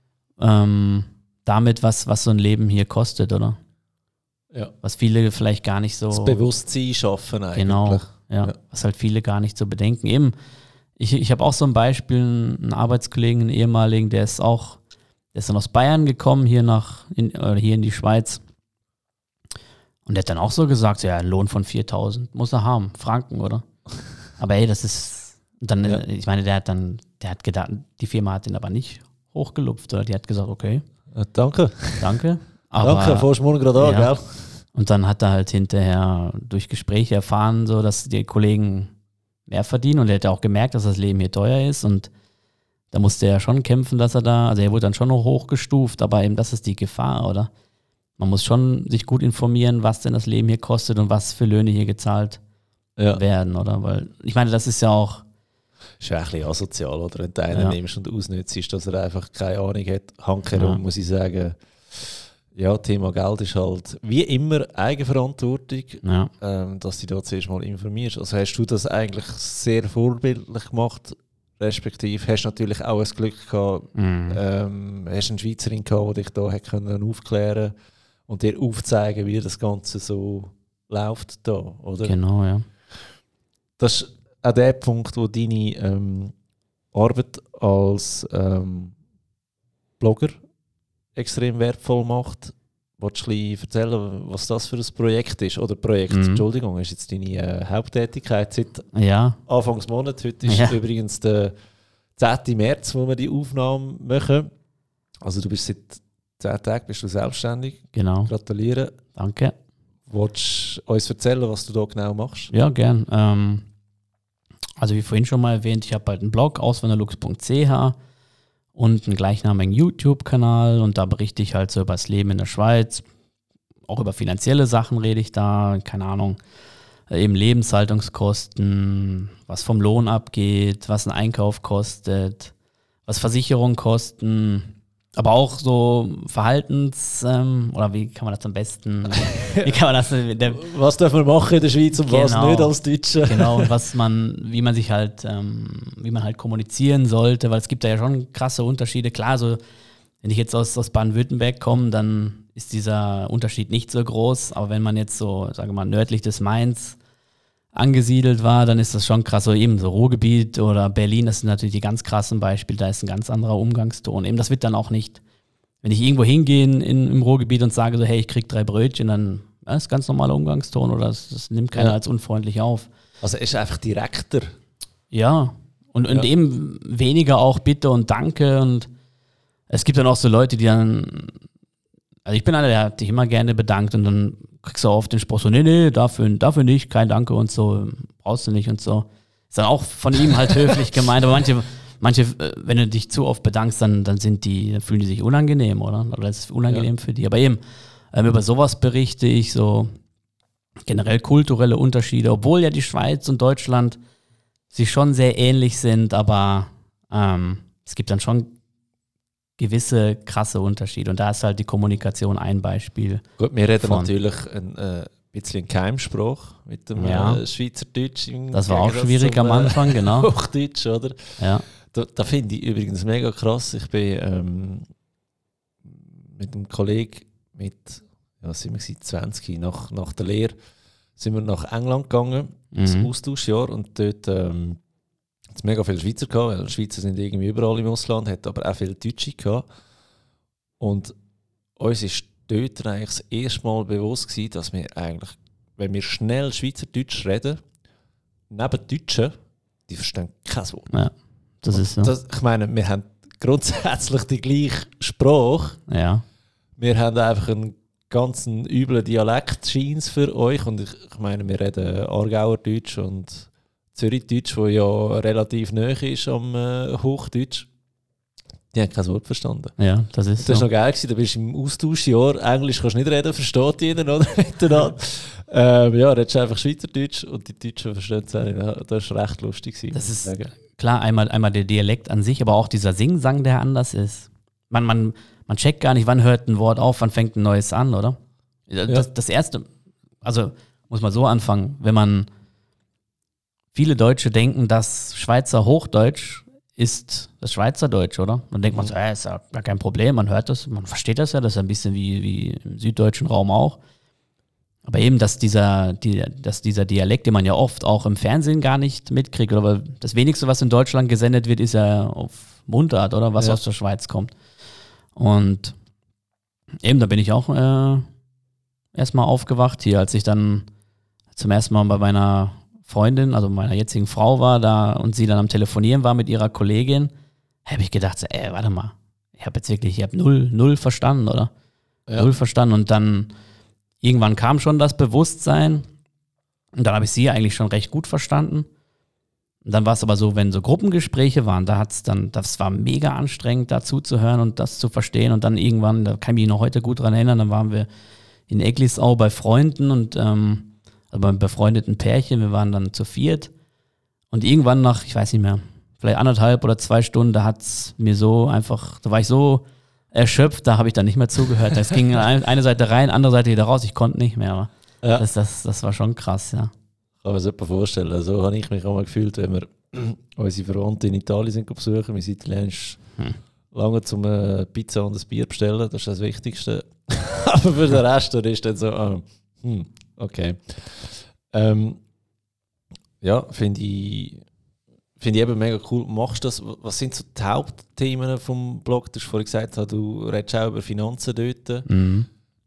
ähm, damit, was, was so ein Leben hier kostet, oder? Ja. Was viele vielleicht gar nicht so. Das Bewusstsein schaffen eigentlich. Genau, ja, Ja. was halt viele gar nicht so bedenken. Eben, ich, ich habe auch so ein Beispiel, einen Arbeitskollegen, einen ehemaligen, der ist auch, der ist dann aus Bayern gekommen, hier nach, in, oder hier in die Schweiz. Und der hat dann auch so gesagt, ja, ein Lohn von viertausend muss er haben, Franken, oder? Aber ey, das ist, dann, Ja. ich meine, der hat dann, der hat gedacht, die Firma hat ihn aber nicht hochgelupft, oder die hat gesagt, okay, Ja, danke. danke. Aber, danke, fährst morgen gerade an, Ja. gell? Und dann hat er halt hinterher durch Gespräche erfahren, so, dass die Kollegen mehr verdienen, und er hat auch gemerkt, dass das Leben hier teuer ist, und da musste er schon kämpfen, dass er da, also er wurde dann schon noch hochgestuft, aber eben das ist die Gefahr, oder? Man muss schon sich gut informieren, was denn das Leben hier kostet und was für Löhne hier gezahlt Ja. werden, oder? Weil ich meine, das ist ja auch, Ist ja ein bisschen asozial, oder? Wenn du einen Ja. nimmst und ausnützt, dass er einfach keine Ahnung hat. Handkerum Ja. muss ich sagen, ja, Thema Geld ist halt wie immer Eigenverantwortung, ja, ähm, dass du dich da zuerst mal informierst. Also hast du das eigentlich sehr vorbildlich gemacht, respektive hast natürlich auch das Glück gehabt, mhm. ähm, hast eine Schweizerin gehabt, die dich da hat können aufklären und dir aufzeigen, wie das Ganze so läuft da, oder? genau, ja. Das ist auch der Punkt, wo deine ähm, Arbeit als ähm, Blogger extrem wertvoll macht. Willst du ein bisschen erzählen, was das für ein Projekt ist? Oder Projekt, Mhm. Entschuldigung, ist jetzt deine äh, Haupttätigkeit seit Ja, Anfangs Monat. Heute ist Ja. übrigens der zehnten März, wo wir die Aufnahme machen. Also du bist seit zehn Tagen bist du selbstständig. genau, Gratuliere. danke. Willst du uns erzählen, was du da genau machst? Ja, gern. Ähm, also wie vorhin schon mal erwähnt, ich habe halt einen Blog, auswanderlux punkt c h, und einen gleichnamigen YouTube-Kanal, und da berichte ich halt so über das Leben in der Schweiz. Auch über finanzielle Sachen rede ich da, keine Ahnung, äh, eben Lebenshaltungskosten, was vom Lohn abgeht, was ein Einkauf kostet, was Versicherungen kosten, aber auch so Verhaltens- ähm, oder wie kann man das am besten, wie kann man das, der, Was darf man machen in der Schweiz und was Genau. nicht als Deutsche? genau, und was man, wie man sich halt, ähm, wie man halt kommunizieren sollte, weil es gibt da ja schon krasse Unterschiede. Klar, so wenn ich jetzt aus, aus Baden-Württemberg komme, dann ist dieser Unterschied nicht so groß. Aber wenn man jetzt so, sage mal, nördlich des Mains angesiedelt war, dann ist das schon krass. So eben so Ruhrgebiet oder Berlin, das sind natürlich die ganz krassen Beispiele. Da ist ein ganz anderer Umgangston. Eben, das wird dann auch nicht, wenn ich irgendwo hingehe in, im Ruhrgebiet und sage so, hey, ich krieg drei Brötchen, dann ja, ist ganz normaler Umgangston oder das, das nimmt keiner ja. als unfreundlich auf. Also ist einfach direkter. Ja, und, und ja. eben weniger auch Bitte und Danke und es gibt dann auch so Leute, die dann, also ich bin einer, der hat sich immer gerne bedankt und dann kriegst du oft den Spruch so, nee, nee, dafür, dafür nicht, kein Danke und so, brauchst du nicht und so. Ist dann auch von ihm halt höflich gemeint, aber manche, manche, wenn du dich zu oft bedankst, dann, dann sind die, dann fühlen die sich unangenehm, oder? Oder ist es unangenehm ja. für die. Aber eben, ähm, über sowas berichte ich, so generell kulturelle Unterschiede, obwohl ja die Schweiz und Deutschland sich schon sehr ähnlich sind, aber ähm, es gibt dann schon gewisse krasse Unterschiede. Und da ist halt die Kommunikation ein Beispiel. Gut, wir reden von. natürlich ein äh, bisschen Keimspruch mit dem ja. äh, Schweizerdeutsch. Das war auch schwierig zum, am Anfang, genau. Hochdeutsch, oder? Ja. Da, da finde ich übrigens mega krass. Ich bin ähm, mit einem Kollegen mit, ja, was sind wir gewesen, zwanzig, nach, nach der Lehre, sind wir nach England gegangen, mhm. das Austauschjahr, und dort ähm, hat es mega viele Schweizer gehabt, weil die Schweizer sind irgendwie überall im Ausland, hat aber auch viele Deutsche gehabt. Und uns ist dort eigentlich das erste Mal bewusst gewesen, dass wir eigentlich, wenn wir schnell Schweizerdeutsch reden, neben Deutschen, die verstehen kein Wort. Ja, das ist so. Das, ich meine, wir haben grundsätzlich die gleiche Sprache. Ja. Wir haben einfach einen ganz üblen Dialekt scheint's für euch. Und ich, ich meine, wir reden Aargauer Deutsch und Zürichdeutsch, wo ja relativ nahe ist am äh, Hochdeutsch. Die haben kein Wort verstanden. Ja, das ist Das so. war noch geil, da bist du im Austauschjahr, Englisch kannst du nicht reden, versteht jeder, oder? Miteinander. ähm, ja, redest einfach Schweizerdeutsch und die Deutschen verstehen es auch nicht. Das war recht lustig. Gewesen, das ist sagen. Klar, einmal, einmal der Dialekt an sich, aber auch dieser Singsang, der anders ist. Man, man, man checkt gar nicht, wann hört ein Wort auf, wann fängt ein neues an, oder? Das, ja. das erste, also muss man so anfangen, wenn man viele Deutsche denken, dass Schweizer Hochdeutsch ist das Schweizerdeutsch, oder? Dann denkt man so, äh, ist ja gar kein Problem, man hört das, man versteht das ja, das ist ein bisschen wie, wie im süddeutschen Raum auch. Aber eben, dass dieser, die, dass dieser Dialekt, den man ja oft auch im Fernsehen gar nicht mitkriegt, oder weil das Wenigste, was in Deutschland gesendet wird, ist ja auf Mundart, oder? Was ja. aus der Schweiz kommt. Und eben, da bin ich auch äh, erstmal aufgewacht hier, als ich dann zum ersten Mal bei meiner Freundin, also meiner jetzigen Frau war da und sie dann am Telefonieren war mit ihrer Kollegin, habe ich gedacht, so, ey, warte mal, ich habe jetzt wirklich, ich habe null, null verstanden, oder? Ja. Null verstanden und dann irgendwann kam schon das Bewusstsein und dann habe ich sie eigentlich schon recht gut verstanden. Und dann war es aber so, wenn so Gruppengespräche waren, da hat's dann, das war mega anstrengend, da zuzuhören und das zu verstehen und dann irgendwann, da kann ich mich noch heute gut dran erinnern, dann waren wir in Eglisau bei Freunden und ähm, also beim befreundeten Pärchen, wir waren dann zu viert und irgendwann nach, ich weiß nicht mehr, vielleicht anderthalb oder zwei Stunden, da hat es mir so einfach, da war ich so erschöpft, da habe ich dann nicht mehr zugehört. Es ging eine Seite rein, andere Seite wieder raus, ich konnte nicht mehr. Aber ja. das, das, das war schon krass, ja. Kann man sich vorstellen. So habe ich mich auch mal gefühlt, wenn wir unsere Verwandten in Italien sind besuchen. Wir sind italienisch hm. lange zum äh, Pizza und ein Bier bestellen, das ist das Wichtigste. Aber für den Rest ist dann so, ah, hm, okay. Ähm, ja, finde ich, find ich eben mega cool. Machst du das? Was sind so die Hauptthemen vom Blog? Du hast vorhin gesagt, du redest auch über Finanzen dort. Mhm.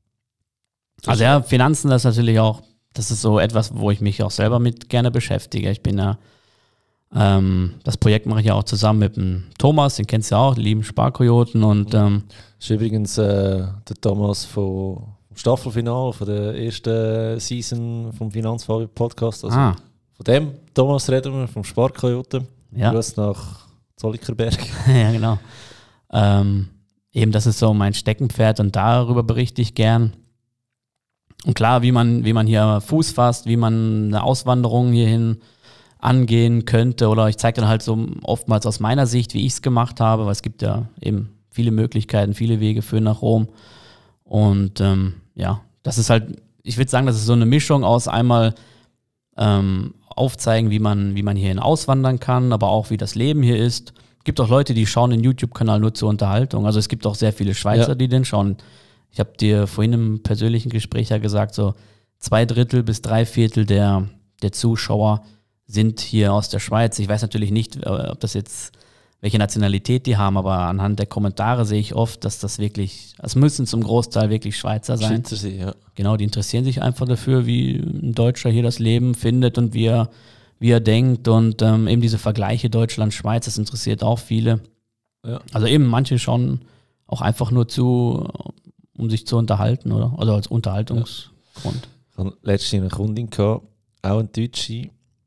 Also ja, Finanzen, das ist natürlich auch, das ist so etwas, wo ich mich auch selber mit gerne beschäftige. Ich bin ja, ähm, das Projekt mache ich ja auch zusammen mit dem Thomas, den kennst du ja auch, die lieben Sparkojoten. Und, ähm, das ist übrigens äh, der Thomas von Staffelfinale von der ersten Season vom Finanzfabio-Podcast. Also ah. Von dem Thomas reden wir, vom Sparkojoten. Ja. Grüß nach Zollikerberg. Ja, genau. Ähm, eben, das ist so mein Steckenpferd und darüber berichte ich gern. Und klar, wie man, wie man hier Fuß fasst, wie man eine Auswanderung hierhin angehen könnte. Oder ich zeige dann halt so oftmals aus meiner Sicht, wie ich es gemacht habe, weil es gibt ja eben viele Möglichkeiten, viele Wege führen nach Rom. Und ähm, ja, das ist halt, ich würde sagen, das ist so eine Mischung aus einmal ähm, aufzeigen, wie man, wie man hierhin auswandern kann, aber auch wie das Leben hier ist. Es gibt auch Leute, die schauen den YouTube-Kanal nur zur Unterhaltung. Also es gibt auch sehr viele Schweizer, ja. die den schauen. Ich habe dir vorhin im persönlichen Gespräch ja gesagt, so zwei Drittel bis drei Viertel der, der Zuschauer sind hier aus der Schweiz. Ich weiß natürlich nicht, ob das jetzt, welche Nationalität die haben, aber anhand der Kommentare sehe ich oft, dass das wirklich, es müssen zum Großteil wirklich Schweizer sein. Schweizer sie, ja. Genau, die interessieren sich einfach dafür, wie ein Deutscher hier das Leben findet und wie er, wie er denkt und ähm, eben diese Vergleiche Deutschland-Schweiz, das interessiert auch viele. Ja. Also eben, manche schauen auch einfach nur zu, um sich zu unterhalten, oder? Also als Unterhaltungsgrund. Ich hatte letztens eine Kundin gehabt, auch eine Deutsche,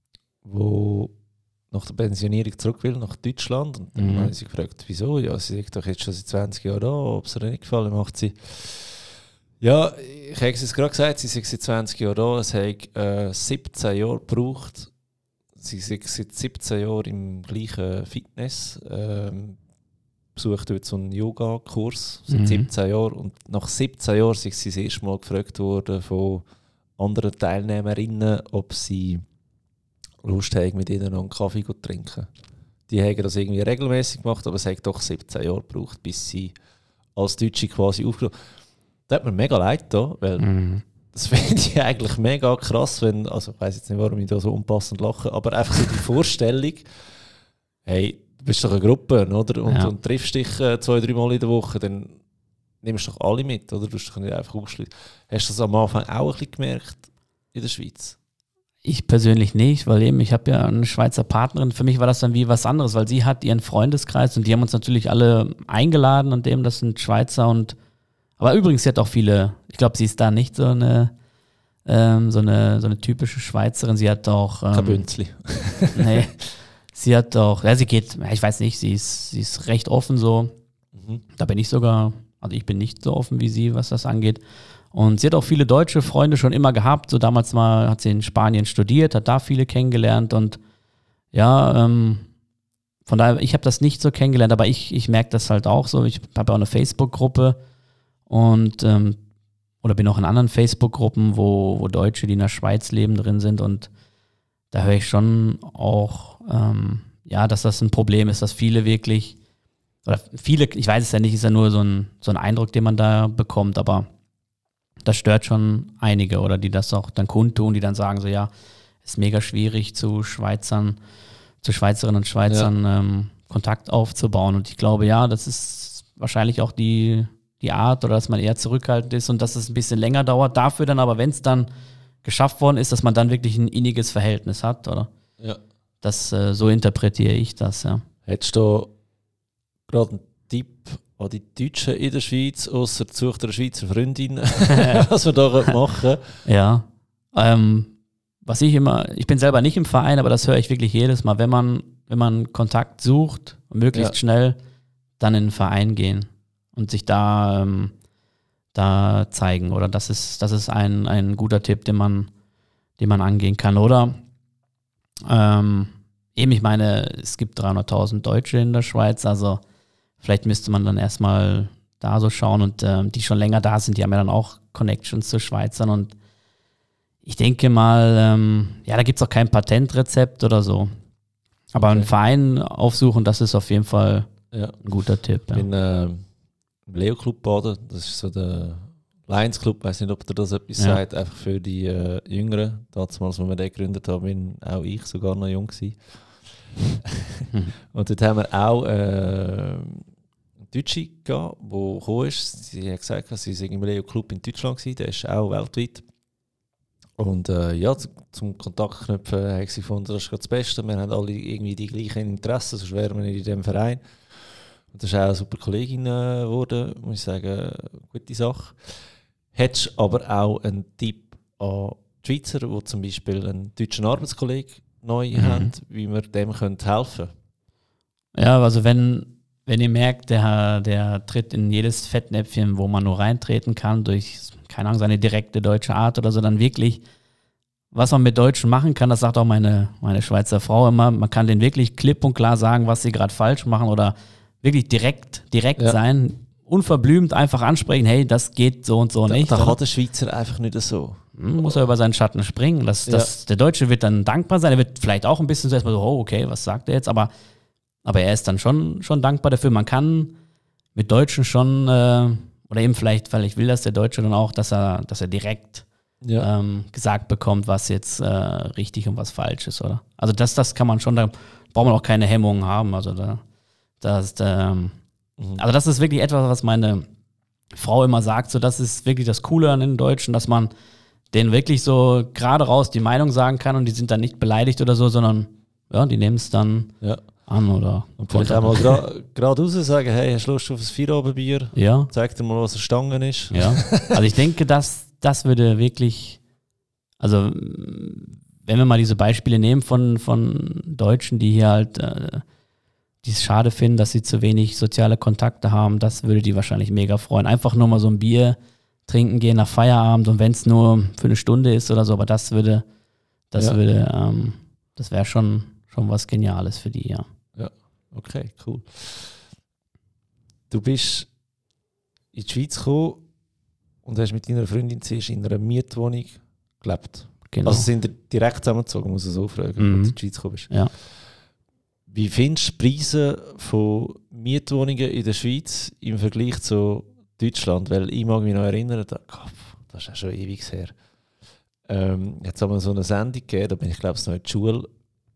die nach der Pensionierung zurück will, nach Deutschland. Und dann Mhm. habe ich sie gefragt, wieso? Ja, sie sagt doch jetzt schon seit zwanzig Jahren da, ob es ihr nicht gefallen macht sie. Ja, ich habe es gerade gesagt, sie sind seit zwanzig Jahren da, es hat äh, siebzehn Jahre gebraucht. Sie sind seit siebzehn Jahren im gleichen Fitness. Ähm, besucht dort so einen Yoga-Kurs seit Mhm. siebzehn Jahren. Und nach siebzehn Jahren sind sie das erste Mal gefragt worden von anderen Teilnehmerinnen, ob sie Lust haben, mit ihnen noch einen Kaffee zu trinken. Die haben das irgendwie regelmäßig gemacht, aber es hat doch siebzehn Jahre gebraucht, bis sie als Deutsche quasi aufgenommen. Das hat mir mega leid da, weil Mhm. das finde ich eigentlich mega krass, wenn, also ich weiss jetzt nicht, warum ich da so unpassend lache, aber einfach so die Vorstellung, hey, du bist doch eine Gruppe, oder? Und, Ja. und triffst dich äh, zwei, drei Mal in der Woche, dann nimmst du doch alle mit, oder? Du musst dich nicht einfach ausschließen. Hast du das am Anfang auch ein bisschen gemerkt in der Schweiz? Ich persönlich nicht, weil eben ich habe ja eine Schweizer Partnerin. Für mich war das dann wie was anderes, weil sie hat ihren Freundeskreis und die haben uns natürlich alle eingeladen und dem, das sind Schweizer und aber übrigens, sie hat auch viele, ich glaube, sie ist da nicht so eine ähm, so eine so eine typische Schweizerin. Sie hat auch ähm, Kein Bünzli. nee, sie hat auch, ja, sie geht, ich weiß nicht, sie ist, sie ist recht offen so. Mhm. Da bin ich sogar, also ich bin nicht so offen wie sie, was das angeht. Und sie hat auch viele deutsche Freunde schon immer gehabt. So damals mal hat sie in Spanien studiert, hat da viele kennengelernt und ja, ähm, von daher, ich habe das nicht so kennengelernt, aber ich, ich merke das halt auch so. Ich habe auch eine Facebook-Gruppe und ähm, oder bin auch in anderen Facebook-Gruppen, wo, wo Deutsche, die in der Schweiz leben, drin sind und da höre ich schon auch, ähm, ja, dass das ein Problem ist, dass viele wirklich, oder viele, ich weiß es ja nicht, ist ja nur so ein, so ein Eindruck, den man da bekommt, aber das stört schon einige oder die das auch dann kundtun, die dann sagen so, ja, ist mega schwierig zu Schweizern, zu Schweizerinnen und Schweizern ja. ähm, Kontakt aufzubauen und ich glaube, ja, das ist wahrscheinlich auch die, die Art oder dass man eher zurückhaltend ist und dass es ein bisschen länger dauert, dafür dann aber, wenn es dann geschafft worden ist, dass man dann wirklich ein inniges Verhältnis hat, oder? Ja. Das, äh, so interpretiere ich das, ja. Hättest du gerade einen Tipp an die Deutschen in der Schweiz, ausser sucht eine Schweizer Freundin, was wir da machen können? Ja, ähm, was ich immer, ich bin selber nicht im Verein, aber das höre ich wirklich jedes Mal, wenn man, wenn man Kontakt sucht, möglichst ja. schnell, dann in den Verein gehen und sich da, ähm, da zeigen, oder das ist, das ist ein, ein guter Tipp, den man, den man angehen kann, oder ähm, eben, ich meine, es gibt dreihunderttausend Deutsche in der Schweiz, also vielleicht müsste man dann erstmal da so schauen und ähm, die schon länger da sind, die haben ja dann auch Connections zu Schweizern und ich denke mal, ähm, ja, da gibt es auch kein Patentrezept oder so. Aber okay. einen Verein aufsuchen, das ist auf jeden Fall ja. ein guter Tipp. Ich bin äh, im Leo-Club Baden, das ist so der Lions Club, ich weiß nicht, ob der das etwas ja. sagt, einfach für die äh, Jüngeren. Damals, als wir den gegründet haben, bin auch ich sogar noch jung gewesen. Und dort haben wir auch äh, eine Deutsche gehabt, die gekommen ist. Sie hat gesagt, sie sei im Leo-Club in Deutschland gewesen, der ist auch weltweit. Und äh, ja, zum Kontakt knüpfen haben sie gefunden, das ist das Beste. Wir haben alle irgendwie die gleichen Interessen, sonst wären wir nicht in diesem Verein. Und das ist auch eine super Kollegin geworden, äh, muss ich sagen, gute Sache. Hättest du aber auch einen Tipp an die Schweizer, die zum Beispiel einen deutschen Arbeitskollegen neu mhm. haben, wie wir dem helfen können? Ja, also wenn, wenn ihr merkt, der, der tritt in jedes Fettnäpfchen, wo man nur reintreten kann, durch keine Ahnung, seine direkte deutsche Art oder so, dann wirklich, was man mit Deutschen machen kann, das sagt auch meine, meine Schweizer Frau immer, man kann denen wirklich klipp und klar sagen, was sie gerade falsch machen oder wirklich direkt, direkt ja. sein, unverblümt einfach ansprechen, hey, das geht so und so da, nicht. Da kann der Schweizer einfach nicht so. Muss er über seinen Schatten springen. Das, das, ja. Der Deutsche wird dann dankbar sein, er wird vielleicht auch ein bisschen so erstmal so, oh, okay, was sagt er jetzt, aber, aber er ist dann schon, schon dankbar dafür. Man kann mit Deutschen schon äh, oder eben vielleicht, vielleicht will das der Deutsche dann auch, dass er, dass er direkt ja. ähm, gesagt bekommt, was jetzt äh, richtig und was falsch ist, oder? Also das, das kann man schon, da braucht man auch keine Hemmungen haben. Also da, das, ähm, mhm. also das ist wirklich etwas, was meine Frau immer sagt, so das ist wirklich das Coole an den Deutschen, dass man denen wirklich so gerade raus die Meinung sagen kann und die sind dann nicht beleidigt oder so, sondern ja, die nehmen es dann ja. an oder und vielleicht auch mal gerade gra- raus sagen, hey, hast du Lust auf ein Feierabendbier? Ja. Zeig dir mal, was eine Stange ist. Ja. Also ich denke, das, das würde wirklich, also wenn wir mal diese Beispiele nehmen von, von Deutschen, die hier halt äh, die es schade finden, dass sie zu wenig soziale Kontakte haben, das würde die wahrscheinlich mega freuen. Einfach nur mal so ein Bier trinken gehen nach Feierabend und wenn es nur für eine Stunde ist oder so, aber das würde, das ja. würde, ähm, das wäre schon, schon was Geniales für die, ja. Ja, okay, cool. Du bist in die Schweiz gekommen und hast mit deiner Freundin zuerst in einer Mietwohnung gelebt. Genau. Also sind ihr direkt zusammengezogen, muss ich so fragen, Mhm. als du in die Schweiz gekommen bist. Ja. Wie findest du die Preise von Mietwohnungen in der Schweiz im Vergleich zu Deutschland? Weil ich mag mich noch erinnern, da, oh, das ist ja schon ewig her. Ähm, jetzt haben wir so eine Sendung gegeben, da bin ich glaube ich noch in der Schule,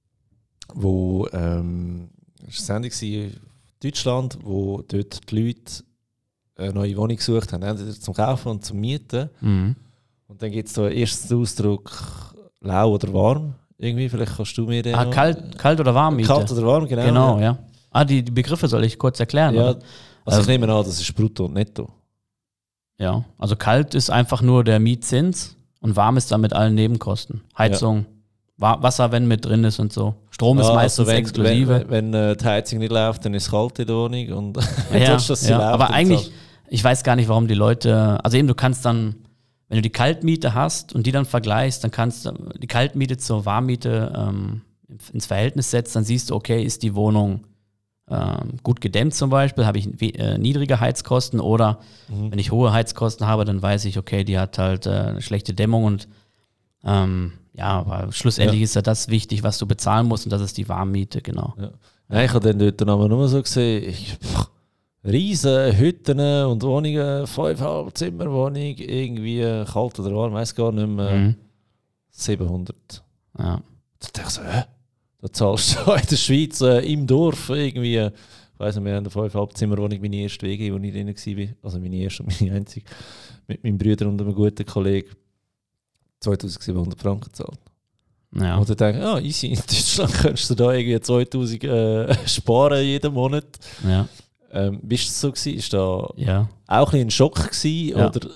wo ähm, es war eine Sendung in Deutschland, wo dort die Leute eine neue Wohnung gesucht haben, entweder zum Kaufen und zum Mieten. Mhm. Und dann gibt es da erst den Ausdruck lau oder warm. Irgendwie, vielleicht kannst du mir den Ah, noch- kalt, kalt oder warm Miete? Kalt oder warm, genau. Genau, ja. ja. Ah, die, die Begriffe soll ich kurz erklären, Ja, oder? also ich Ähm, nehme an, das ist brutto und netto. Ja, also kalt ist einfach nur der Mietzins und warm ist dann mit allen Nebenkosten. Heizung, Wa- Wasser, wenn mit drin ist und so. Strom ist Ah, meistens also wenn, exklusive. Wenn, wenn äh, die Heizung nicht läuft, dann ist es kalt in der Wohnung und Ja, willst, dass sie ja. läuft, Aber dann eigentlich, zahlst ich weiß gar nicht, warum die Leute, also eben du kannst dann, wenn du die Kaltmiete hast und die dann vergleichst, dann kannst du die Kaltmiete zur Warmmiete ähm, ins Verhältnis setzt, dann siehst du, okay, ist die Wohnung ähm, gut gedämmt zum Beispiel, habe ich we- äh, niedrige Heizkosten oder Mhm. wenn ich hohe Heizkosten habe, dann weiß ich, okay, die hat halt äh, eine schlechte Dämmung und ähm, ja, aber schlussendlich Ja. ist ja das wichtig, was du bezahlen musst und das ist die Warmmiete, genau. Ja. Nein, ich habe dann dort aber nur so gesehen, ich, pff, riesen Hütten und Wohnungen, fünfeinhalb Zimmerwohnung, irgendwie kalt oder warm, weiss gar nicht mehr, Mhm. siebenhundert. Ja. Da dachte ich so, hä? Da zahlst du in der Schweiz äh, im Dorf irgendwie, ich weiss nicht, wir haben eine fünfeinhalb Zimmerwohnung, meine erste W G, wo ich drin war, also meine erste und meine einzige, mit meinem Bruder und einem guten Kollegen, zweitausendsiebenhundert Franken gezahlt. Ja. Und dann denke ich, ah, easy, in Deutschland könntest du da irgendwie zweitausend äh, sparen jeden Monat. Ja. Ähm, bist du das so gewesen? Ist da auch Ja. ein bisschen ein Schock gewesen? Ja. Oder?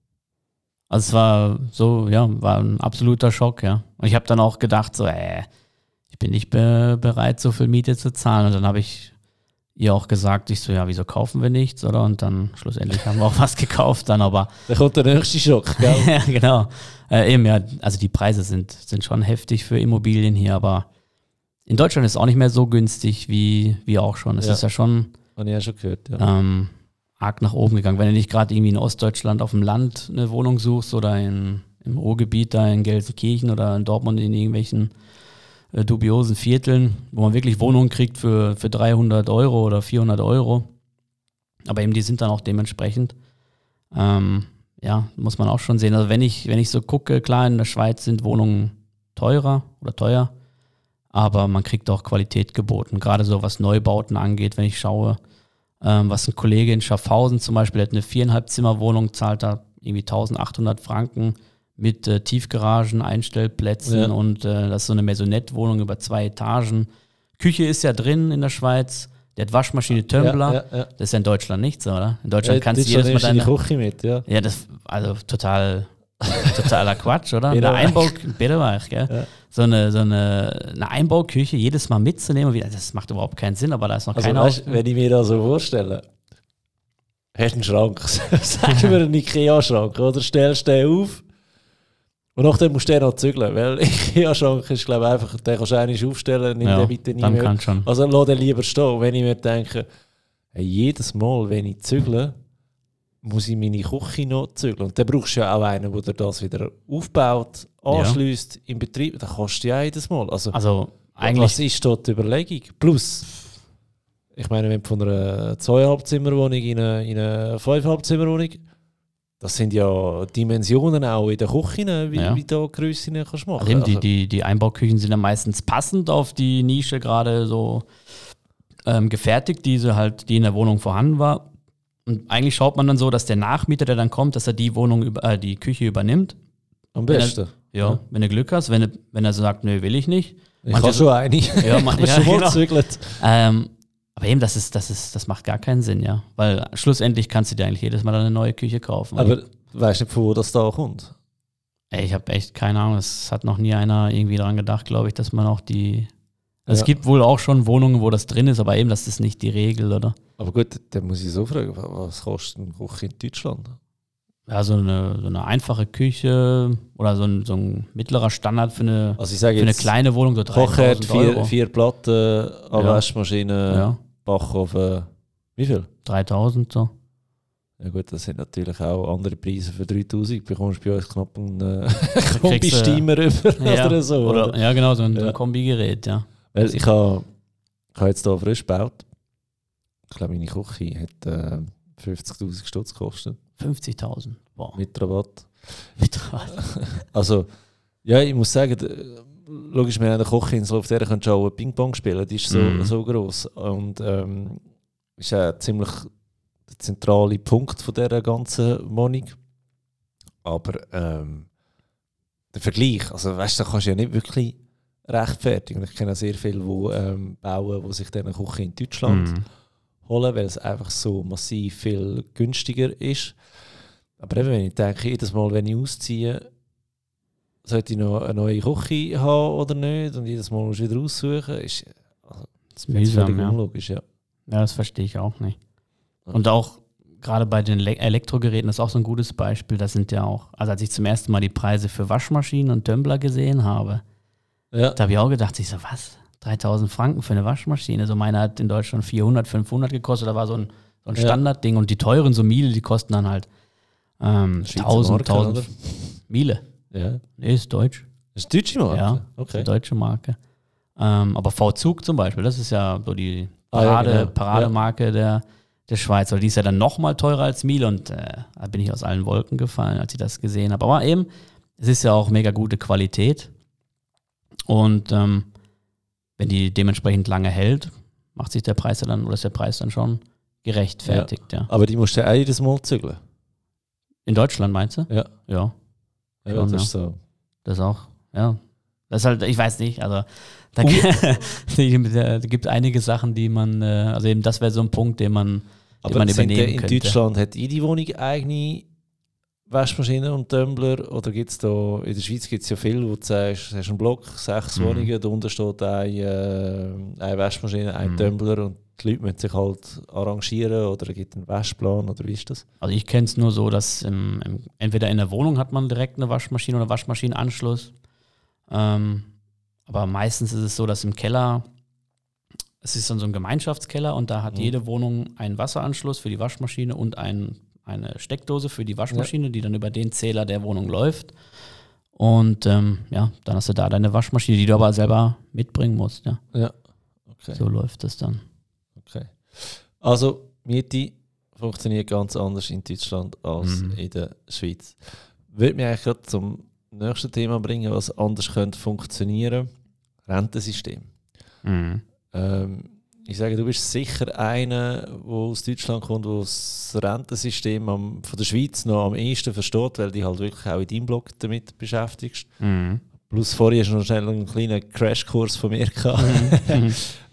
Also es war so, ja, war ein absoluter Schock, ja. Und ich habe dann auch gedacht, so, äh, ich bin nicht be- bereit, so viel Miete zu zahlen. Und dann habe ich ihr auch gesagt, ich so, ja, wieso kaufen wir nichts, oder? Und dann schlussendlich haben wir auch was gekauft dann, aber Da kommt der nächste Schock, gell? ja, genau. Äh, eben, ja, also die Preise sind, sind schon heftig für Immobilien hier, aber in Deutschland ist es auch nicht mehr so günstig wie, wie auch schon. Es Ja. ist ja schon Habe ich ja schon gehört, ja. ähm, arg nach oben gegangen. Wenn du nicht gerade irgendwie in Ostdeutschland auf dem Land eine Wohnung suchst oder in, im Ruhrgebiet da in Gelsenkirchen oder in Dortmund in irgendwelchen äh, dubiosen Vierteln, wo man wirklich Wohnungen kriegt für, für dreihundert Euro oder vierhundert Euro. Aber eben die sind dann auch dementsprechend. Ähm, ja, muss man auch schon sehen. Also wenn ich, wenn ich so gucke, klar, in der Schweiz sind Wohnungen teurer oder teuer, aber man kriegt auch Qualität geboten. Gerade so was Neubauten angeht, wenn ich schaue, ähm, was ein Kollege in Schaffhausen zum Beispiel, der hat eine viereinhalb Zimmerwohnung, zahlt da irgendwie eintausendachthundert Franken mit äh, Tiefgaragen, Einstellplätzen Ja. und äh, das ist so eine Maisonette-Wohnung über zwei Etagen. Küche ist ja drin in der Schweiz, der hat Waschmaschine, Tumbler. Ja, ja, ja. Das ist ja in Deutschland nicht so, oder? In Deutschland Ja, kannst du Deutschland jedes Mal nimmst du deine... die Küche mit, ja. Ja, das, also total, totaler Quatsch, oder? Eine Bitterweich. Einbau, Bitterweich, gell? Ja. So eine, so eine, eine Einbauküche jedes Mal mitzunehmen, wie- das macht überhaupt keinen Sinn, aber da ist noch Also keiner weißt, wenn ich mir das so vorstelle, hast du einen Schrank, sagen wir einen Ikea-Schrank, oder stellst den auf und nachdem musst du den noch zügeln, weil Ikea-Schrank ist, glaube ich, einfach, den kannst du einmal aufstellen, nimm ja, den bitte nie dann mehr. kann schon. Also lass den lieber stehen. Und wenn ich mir denke, hey, jedes Mal, wenn ich zügle, muss ich meine Küche noch zügeln. Und dann brauchst du ja auch einen, der das wieder aufbaut, anschliesst, im Betrieb. Das kostet ja jedes Mal. Also, Also was eigentlich, ist dort die Überlegung? Plus, ich meine, wenn du von einer zweieinhalb Zimmerwohnung in eine, in eine fünfeinhalb Zimmerwohnung, das sind ja Dimensionen auch in der Küche, wie, Ja. wie du Grössen kannst machen. Also eben die, Also, die, die Einbauküchen sind ja meistens passend auf die Nische gerade so ähm, gefertigt, die sie halt, die in der Wohnung vorhanden war. Und eigentlich schaut man dann so, dass der Nachmieter, der dann kommt, dass er die Wohnung über, äh, die Küche übernimmt. am Wenn er- besten. Ja, Ja. wenn du Glück hast, wenn er, wenn er sagt, nö, will ich nicht. Ich Manche- habe schon eine. Ja, man, Ich ja, habe schon mal genau. gezügelt. Ähm, aber eben, das ist, das ist, das macht gar keinen Sinn, ja. Weil schlussendlich kannst du dir eigentlich jedes Mal eine neue Küche kaufen. Aber weißt nicht, von wo das da kommt? Ey, ich habe echt keine Ahnung, es hat noch nie einer irgendwie dran gedacht, glaube ich, dass man auch die. Also Ja. Es gibt wohl auch schon Wohnungen, wo das drin ist, aber eben, das ist nicht die Regel, oder? Aber gut, dann muss ich so fragen, was kostet eine Küche in Deutschland? Ja, so eine, so eine einfache Küche oder so ein, so ein mittlerer Standard für eine, Also ich sage für eine jetzt, kleine Wohnung, so Kochherd, dreitausend Euro. vier, vier Platten, eine Ja. Waschmaschine, Ja, Backofen. Wie viel? dreitausend so. Ja gut, das sind natürlich auch andere Preise für dreitausend. Bekommst du bei uns knapp einen äh, kriegst du- Kombi-Steamer rüber Ja, oder so. Oder, Oder? ja, genau, so ein, so Ja. ein Kombigerät, ja. Weil ich habe ich habe jetzt hier frisch gebaut. Ich glaube, meine Küche hat äh, fünfzigtausend Stutz gekostet. fünfzigtausend. Boah. Mit Rabatt. Mit Also, ja, ich muss sagen, d- logisch, wir haben eine Kochinsel, auf der könntest du auch Ping-Pong spielen. Die ist so, Mhm. so gross. Und ähm, ist auch ziemlich der zentrale Punkt von dieser ganzen Wohnung. Aber ähm, der Vergleich, also weißt du, da kannst du ja nicht wirklich rechtfertigen. Ich kenne auch sehr viele, die ähm, bauen, die sich diese Küche in Deutschland Mhm. holen, weil es einfach so massiv viel günstiger ist. Aber eben, wenn ich denke, jedes Mal, wenn ich ausziehe, sollte ich noch eine neue Küche haben oder nicht, und jedes Mal musst du wieder aussuchen, ist also, Das ist finde ich völlig mühsam, ja. unlogisch. Ja. Ja, das verstehe ich auch nicht. Ja. Und auch gerade bei den Le Elektrogeräten, das ist auch so ein gutes Beispiel. Das sind ja auch, also als ich zum ersten Mal die Preise für Waschmaschinen und Tumbler gesehen habe, Ja. da habe ich auch gedacht, ich so, was? dreitausend Franken für eine Waschmaschine? So meine hat in Deutschland vierhundert, fünfhundert gekostet. Da war so ein, so ein Ja. Standardding. Und die teuren, so Miele, die kosten dann halt ähm, Schweizer tausend, Marke, tausend. oder? Miele. Ja. Nee, ist deutsch. Das ist eine deutsche Marke? Ja, Okay. eine deutsche Marke. Ähm, aber V-Zug zum Beispiel, das ist ja so die Ah, ja, Parade, genau. Parademarke der, der Schweiz. Weil die ist ja dann nochmal teurer als Miele und äh, da bin ich aus allen Wolken gefallen, als ich das gesehen habe. Aber eben, es ist ja auch mega gute Qualität. Und ähm, wenn die dementsprechend lange hält, macht sich der Preis ja dann, oder ist der Preis dann schon gerechtfertigt, ja. Aber die musst du auch jedes Mal zügeln. In Deutschland meinst du? Ja. Ja, Ja, Schon, das ist so. das auch, ja. Das ist halt, ich weiß nicht, also da, da gibt es einige Sachen, die man, äh, also eben das wäre so ein Punkt, den man, den Aber man sind übernehmen in könnte. Deutschland hat jede Wohnung eigene Waschmaschine und Tumbler? Oder gibt es da, in der Schweiz gibt es ja viel, wo du sagst, du hast einen Block, sechs Mhm. Wohnungen, darunter steht eine, äh, eine Waschmaschine, ein Mhm. Tumbler und die Leute müssen sich halt arrangieren oder gibt einen Waschplan oder wie ist das? Also ich kenne es nur so, dass im, im, entweder in der Wohnung hat man direkt eine Waschmaschine oder Waschmaschinenanschluss. Ähm, aber meistens ist es so, dass im Keller, es ist dann so ein Gemeinschaftskeller und da hat Mhm. jede Wohnung einen Wasseranschluss für die Waschmaschine und ein, eine Steckdose für die Waschmaschine, die dann über den Zähler der Wohnung läuft. Und ähm, ja, dann hast du da deine Waschmaschine, die du aber selber mitbringen musst. Ja. Ja, okay. So läuft es dann. okay. Also Miete funktioniert ganz anders in Deutschland als Mhm. in der Schweiz. Würde mich eigentlich gerade zum nächsten Thema bringen, was anders könnte funktionieren. Rentensystem. Mhm. Ähm, ich sage, du bist sicher einer, der aus Deutschland kommt, der das Rentensystem am, von der Schweiz noch am ehesten versteht, weil die halt wirklich auch in deinem Blog damit beschäftigst. Mhm. Plus vorher hast du noch schnell einen kleinen Crashkurs von mir gehabt. Mhm.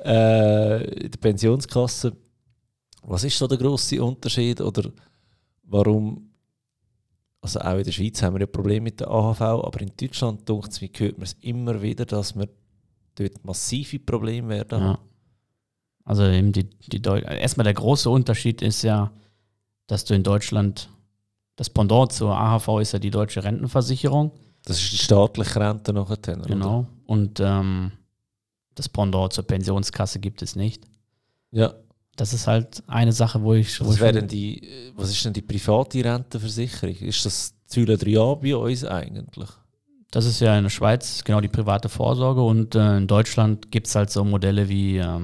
äh, in der Pensionskasse. Was ist so der grosse Unterschied oder warum? Also auch in der Schweiz haben wir ja Probleme mit der A H V, aber in Deutschland denkt es, wie hört man es immer wieder, dass wir dort massive Probleme werden. Ja. Also eben die, die Deu erstmal der große Unterschied ist ja, dass du in Deutschland, das Pendant zur A H V ist ja die deutsche Rentenversicherung. Das ist die staatliche Rente nachher. Oder? Genau. Und ähm, das Pendant zur Pensionskasse gibt es nicht. Ja. Das ist halt eine Sache, wo ich, wo Was, ich wäre denn die, was ist denn die private Rentenversicherung? Ist das Säule drei a bei uns eigentlich? Das ist ja in der Schweiz genau die private Vorsorge und äh, in Deutschland gibt es halt so Modelle wie ähm,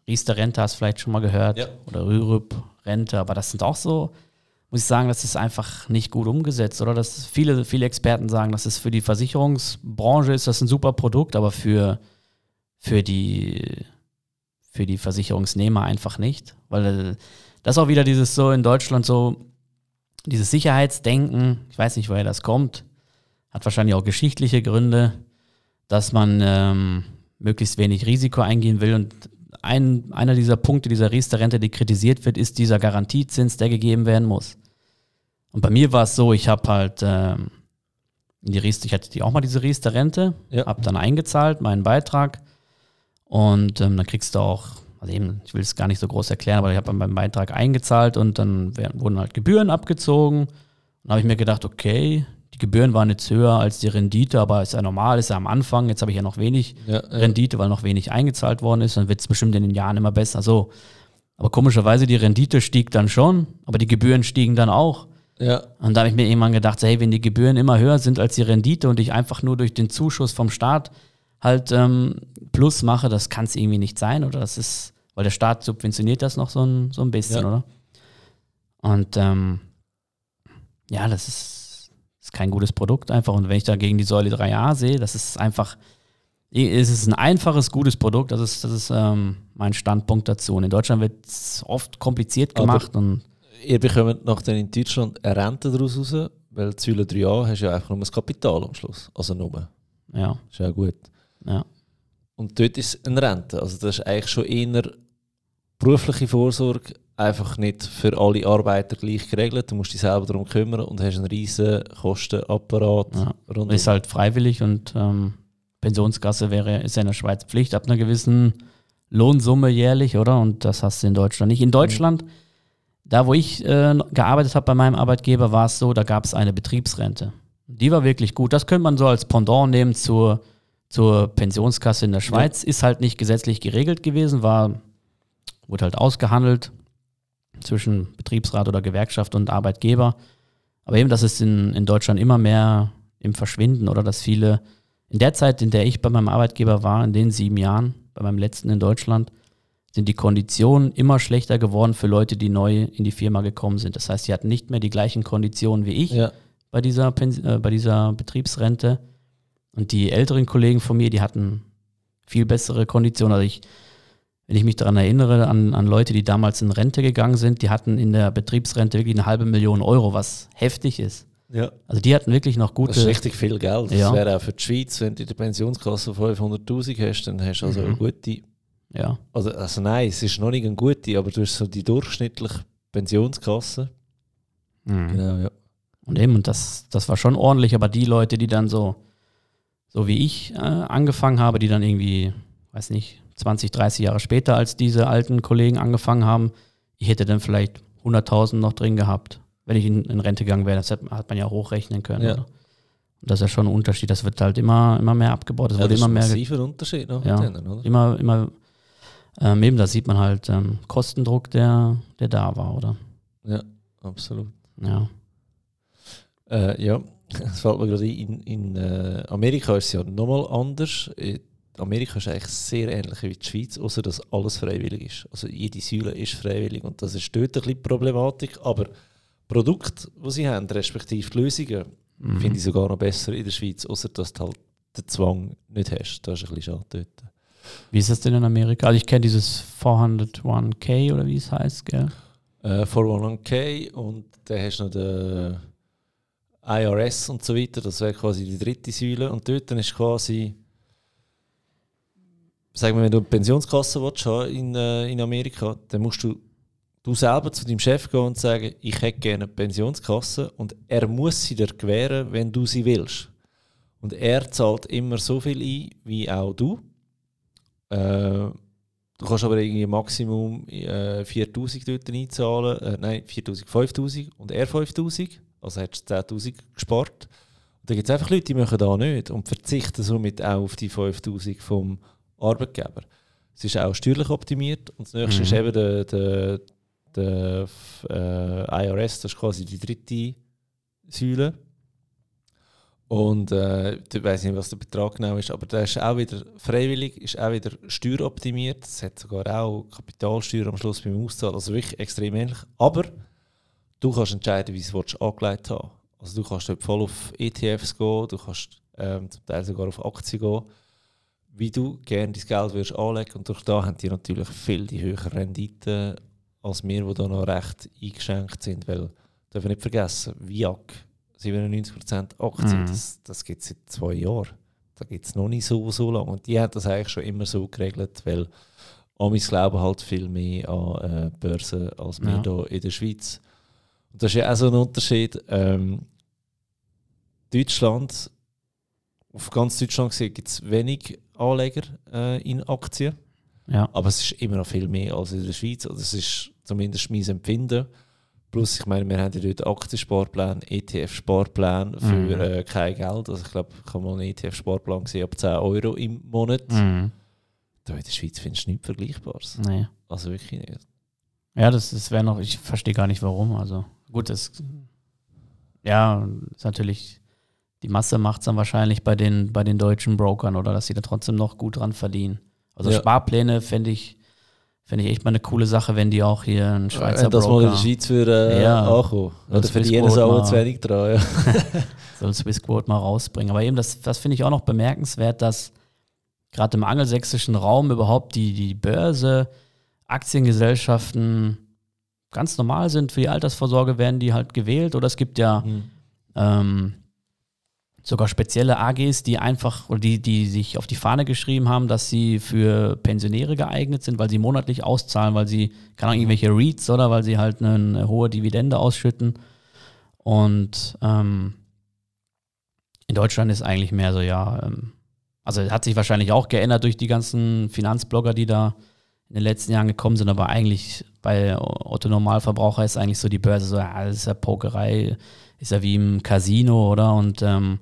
Riester-Rente hast du vielleicht schon mal gehört. Ja. Oder Rürup-Rente. Aber das sind auch so, muss ich sagen, das ist einfach nicht gut umgesetzt. Oder dass viele, viele Experten sagen, dass es für die Versicherungsbranche ist das ein super Produkt, aber für, für, die, für die Versicherungsnehmer einfach nicht. Weil das ist auch wieder dieses so in Deutschland so, dieses Sicherheitsdenken, ich weiß nicht, woher das kommt, hat wahrscheinlich auch geschichtliche Gründe, dass man ähm, möglichst wenig Risiko eingehen will. Und ein, einer dieser Punkte dieser Riester-Rente, die kritisiert wird, ist dieser Garantiezins, der gegeben werden muss. Und bei mir war es so, ich habe halt ähm, in die Riester, ich hatte die auch mal diese Riester-Rente, Ja. habe dann eingezahlt, meinen Beitrag. Und ähm, dann kriegst du auch, also eben, ich will es gar nicht so groß erklären, aber ich habe meinen Beitrag eingezahlt und dann werden, wurden halt Gebühren abgezogen. Dann habe ich mir gedacht, okay, die Gebühren waren jetzt höher als die Rendite, aber ist ja normal, ist ja am Anfang. Jetzt habe ich ja noch wenig Ja, ja. Rendite, weil noch wenig eingezahlt worden ist. Dann wird es bestimmt in den Jahren immer besser. So. Aber komischerweise, die Rendite stieg dann schon, aber die Gebühren stiegen dann auch. Ja. Und da habe ich mir irgendwann gedacht, so, hey, wenn die Gebühren immer höher sind als die Rendite und ich einfach nur durch den Zuschuss vom Staat halt ähm, Plus mache, das kann es irgendwie nicht sein, oder? Das ist, weil der Staat subventioniert das noch so ein, so ein bisschen, Ja. oder? Und ähm, ja, das ist, ist kein gutes Produkt einfach. Und wenn ich da gegen die Säule drei a sehe, das ist einfach, es ist ein einfaches, gutes Produkt. Das ist, das ist ähm, mein Standpunkt dazu. Und in Deutschland wird es oft kompliziert gemacht. Aber und ihr bekommt nachher in Deutschland eine Rente daraus raus, weil die Säule drei a hast ja einfach nur das Kapital am Schluss. Also nur. ja, Ist ja gut. ja. Und dort ist es eine Rente. Also das ist eigentlich schon eher berufliche Vorsorge, einfach nicht für alle Arbeiter gleich geregelt. Du musst dich selber darum kümmern und hast einen riesen Kostenapparat. Ja. Rundum. Ist halt freiwillig und ähm, Pensionskasse wäre, ist ja in der Schweiz Pflicht ab einer gewissen Lohnsumme jährlich, oder? Und das hast du in Deutschland nicht. In Deutschland, mhm. da wo ich äh, gearbeitet habe bei meinem Arbeitgeber, war es so, da gab es eine Betriebsrente. Die war wirklich gut. Das könnte man so als Pendant nehmen zur, zur Pensionskasse in der Schweiz. Ja. Ist halt nicht gesetzlich geregelt gewesen, war, wurde halt ausgehandelt zwischen Betriebsrat oder Gewerkschaft und Arbeitgeber. Aber eben, das ist in, in Deutschland immer mehr im Verschwinden, oder dass viele, in der Zeit, in der ich bei meinem Arbeitgeber war, in den sieben Jahren, bei meinem letzten in Deutschland, sind die Konditionen immer schlechter geworden für Leute, die neu in die Firma gekommen sind. Das heißt, sie hatten nicht mehr die gleichen Konditionen wie ich Ja. bei dieser, Pens- äh, bei dieser Betriebsrente. Und die älteren Kollegen von mir, die hatten viel bessere Konditionen. Also ich Wenn ich mich daran erinnere, an, an Leute, die damals in Rente gegangen sind, die hatten in der Betriebsrente wirklich eine halbe Million Euro, was heftig ist. Ja. Also die hatten wirklich noch gute... Das ist richtig viel Geld. Das Ja. wäre auch für die Schweiz, wenn du in der Pensionskasse fünfhunderttausend hast, dann hast du also Mhm. eine gute... Ja, Also, also nein, es ist noch nicht eine gute, aber du hast so die durchschnittliche Pensionskasse. mhm. Genau, ja. Und eben, und das, das war schon ordentlich, aber die Leute, die dann so, so wie ich äh, angefangen habe, die dann irgendwie, weiß nicht, zwanzig, dreißig Jahre später als diese alten Kollegen angefangen haben, ich hätte dann vielleicht hunderttausend noch drin gehabt, wenn ich in, in Rente gegangen wäre. Das hat, hat man ja hochrechnen können. Ja. Oder? Und das ist ja schon ein Unterschied. Das wird halt immer, immer mehr abgebaut. Das Ja, wird das ist immer ein mehr. massiver Unterschied noch Ja. mit denen, oder? Immer, immer, ähm, eben, da sieht man halt ähm, Kostendruck, der, der da war, oder? Ja, absolut. Ja. Äh, ja, es fällt mir gerade ein, in, in äh, Amerika ist es ja nochmal anders. In Amerika ist eigentlich sehr ähnlich wie die Schweiz, außer dass alles freiwillig ist. Also jede Säule ist freiwillig und das ist dort ein bisschen die Problematik. Aber die Produkte, die sie haben, respektive die Lösungen, Mhm. finde ich sogar noch besser in der Schweiz, außer dass du halt den Zwang nicht hast. Das ist ein bisschen schade dort. Wie ist das denn in Amerika? Also ich kenne dieses vierhunderteins K oder wie es heißt, gell? Äh, vier null eins K und dann hast du noch den I R S und so weiter, das wäre quasi die dritte Säule. Und dort ist quasi, sagen wir, wenn du eine Pensionskasse willst, haben in, äh, in Amerika, dann musst du, du selber zu deinem Chef gehen und sagen, ich hätte gerne eine Pensionskasse und er muss sie dir gewähren, wenn du sie willst. Und er zahlt immer so viel ein, wie auch du. Äh, du kannst aber irgendwie Maximum äh, viertausend dort einzahlen, äh, nein, viertausend, fünftausend und er fünftausend. Also hättest du zehntausend gespart. Und dann gibt es einfach Leute, die machen das nicht und verzichten somit auch auf die fünftausend vom Arbeitgeber. Es ist auch steuerlich optimiert und das nächste Mhm. ist eben der, der, der äh, I R S, das ist quasi die dritte Säule. Und äh, ich weiß nicht, was der Betrag genau ist, aber der ist auch wieder freiwillig, ist auch wieder steueroptimiert. Es hat sogar auch Kapitalsteuer am Schluss beim Auszahlen, also wirklich extrem ähnlich. Aber du kannst entscheiden, wie du es angelegt haben. Also du kannst dort voll auf E T Fs gehen, du kannst ähm, zum Teil sogar auf Aktien gehen, wie du gerne dein Geld würdest anlegen. Und durch da haben die natürlich viel die höheren Renditen als wir, die da noch recht eingeschränkt sind. Weil, darf ich nicht vergessen, V I A C, siebenundneunzig Prozent Aktien, Mhm. das, das gibt es seit zwei Jahren. Da gibt es noch nicht so, so lange. Und die haben das eigentlich schon immer so geregelt, weil Amis glauben halt viel mehr an äh, Börsen als wir Ja. hier in der Schweiz. Und das ist ja auch so ein Unterschied. Ähm, Deutschland, auf ganz Deutschland gesehen, gibt es wenig Anleger äh, in Aktien. Ja. Aber es ist immer noch viel mehr als in der Schweiz. Also das ist zumindest mein Empfinden. Plus, ich meine, wir haben ja dort Aktiensparpläne, E T F-Sparpläne für Mhm. äh, kein Geld. Also ich glaube, ich habe mal einen E T F-Sparplan gesehen, ab zehn Euro im Monat. Mhm. Da in der Schweiz findest du nichts Vergleichbares. Nee. Also wirklich nicht. Ja, das, das wäre noch, ich verstehe gar nicht warum. Also gut, das ja, ist natürlich, die Masse macht es dann wahrscheinlich bei den, bei den deutschen Brokern oder dass sie da trotzdem noch gut dran verdienen. Also Ja. Sparpläne fände ich, fände ich echt mal eine coole Sache, wenn die auch hier ein Schweizer Äh, dass Broker mal in der Schweiz für äh, Ja. ankommen. Oder Das verdienen sie Swissquote auch mal- zu wenig dran. Ja. soll Swissquote mal rausbringen. Aber eben, das, das finde ich auch noch bemerkenswert, dass gerade im angelsächsischen Raum überhaupt die, die Börse, Aktiengesellschaften ganz normal sind. Für die Altersvorsorge werden die halt gewählt. Oder es gibt ja Mhm. ähm, sogar spezielle A Gs, die einfach, oder die, die sich auf die Fahne geschrieben haben, dass sie für Pensionäre geeignet sind, weil sie monatlich auszahlen, weil sie, keine Ahnung, irgendwelche REITs oder weil sie halt eine, eine hohe Dividende ausschütten. Und ähm, in Deutschland ist eigentlich mehr so, ja, ähm, also hat sich wahrscheinlich auch geändert durch die ganzen Finanzblogger, die da in den letzten Jahren gekommen sind, aber eigentlich bei Otto Normalverbraucher ist eigentlich so die Börse so, ja, das ist ja Pokerei, ist ja wie im Casino, oder? Und ähm,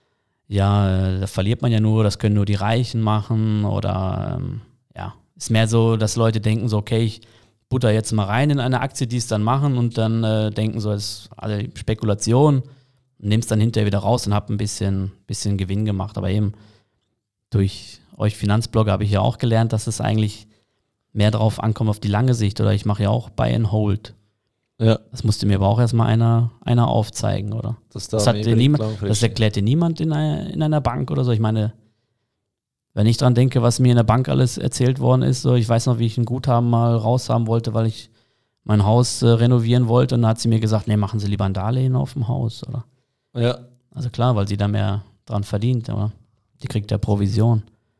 ja, da verliert man ja nur, das können nur die Reichen machen oder ähm, ja, ist mehr so, dass Leute denken so, okay, ich butter jetzt mal rein in eine Aktie, die es dann machen und dann äh, denken so, das ist also Spekulation, nimmst dann hinterher wieder raus und hab ein bisschen, bisschen Gewinn gemacht. Aber eben durch euch Finanzblogger habe ich ja auch gelernt, dass es eigentlich mehr darauf ankommt auf die lange Sicht oder ich mache ja auch Buy and Hold. Ja, Das musste mir aber auch erstmal einer, einer aufzeigen, oder? das, Das, da hat dir niemand, das langfristig. erklärt dir niemand in einer, in einer Bank oder so. Ich meine, wenn ich dran denke, was mir in der Bank alles erzählt worden ist, so ich weiß noch, wie ich ein Guthaben mal raushaben wollte, weil ich mein Haus äh, renovieren wollte und dann hat sie mir gesagt, nee, machen Sie lieber ein Darlehen auf dem Haus, oder? Ja, Also klar, weil sie da mehr dran verdient, aber die kriegt ja Provision.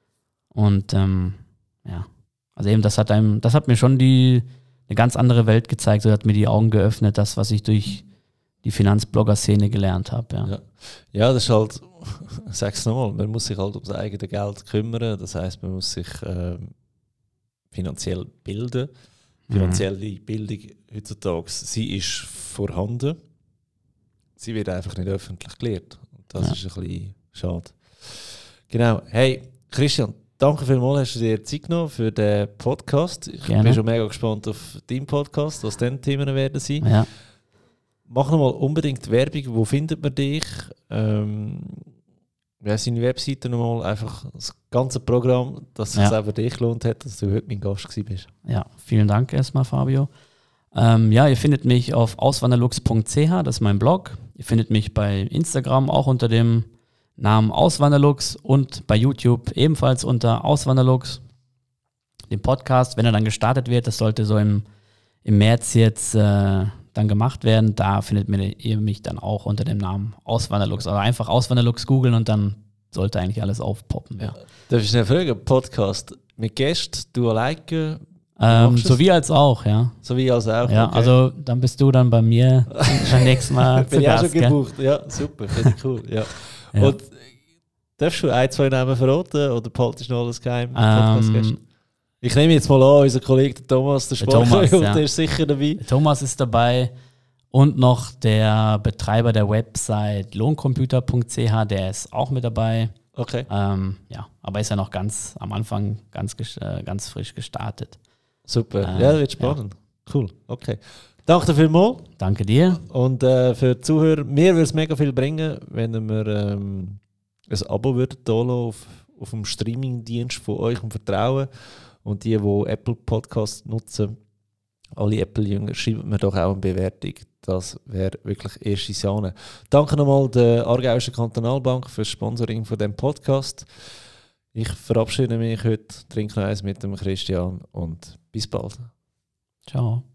Und ähm, ja, also eben das hat einem, das hat mir schon die eine ganz andere Welt gezeigt, so hat mir die Augen geöffnet, das, was ich durch die Finanzblogger-Szene gelernt habe. Ja. Ja. ja, das ist halt, ich sag's nochmal, man muss sich halt um sein eigenes Geld kümmern. Das heisst, man muss sich ähm, finanziell bilden. Finanzielle Bildung heutzutage, sie ist vorhanden. Sie wird einfach nicht öffentlich gelehrt. Und das Ja. ist ein bisschen schade. Genau. Hey, Christian, danke vielmals, hast du dir Zeit genommen für den Podcast. Ich Gerne. bin schon mega gespannt auf deinen Podcast, was dann Themen werden sein. Ja. Mach nochmal unbedingt Werbung. Wo findet man dich? Ähm, ja, seine Webseite nochmal, einfach das ganze Programm, dass es Ja. sich auch für dich gelohnt hat, dass du heute mein Gast gewesen bist. Ja, vielen Dank erstmal, Fabio. Ähm, ja, ihr findet mich auf auswanderlux punkt c h, das ist mein Blog. Ihr findet mich bei Instagram auch unter dem Namen Auswanderlux und bei YouTube ebenfalls unter Auswanderlux. Den Podcast, wenn er dann gestartet wird, das sollte so im, im März jetzt äh, dann gemacht werden, da findet ihr mich dann auch unter dem Namen Auswanderlux. Also einfach Auswanderlux googeln und dann sollte eigentlich alles aufpoppen. Ja. Darf ich schnell fragen, Podcast mit Gästen, du alleine, Ähm, machst du so es? wie als auch, ja. so wie als auch? Ja, okay. also dann bist du dann bei mir beim nächsten Mal zu bin ich auch Gast, schon gell? gebucht. Ja, super, finde ich cool. Ja. Ja. Und darfst du ein, zwei Namen verraten oder behaltest du noch alles geheim? Ähm, Ich nehme jetzt mal an, unser Kollege der Thomas, der Der Sportler, Thomas, ja. der ist sicher dabei. Thomas ist dabei und noch der Betreiber der Website lohncomputer punkt c h, der ist auch mit dabei. Okay, Ähm, ja, aber ist ja noch ganz am Anfang ganz, ges- äh, ganz frisch gestartet. super. Ähm, ja, das wird spannend. Cool, okay. Danke dir vielmals. Danke dir. Und äh, für die Zuhörer, mir würde es mega viel bringen, wenn wir ähm, ein Abo würden auf, auf dem Streamingdienst von euch und Vertrauen. Und die, die Apple Podcasts nutzen, alle Apple-Jünger, schreibt mir doch auch eine Bewertung. Das wäre wirklich erste Sahne. Danke nochmal der Aargauischen Kantonalbank für das Sponsoring von diesem Podcast. Ich verabschiede mich heute, trinke noch eins mit dem Christian und bis bald. Ciao.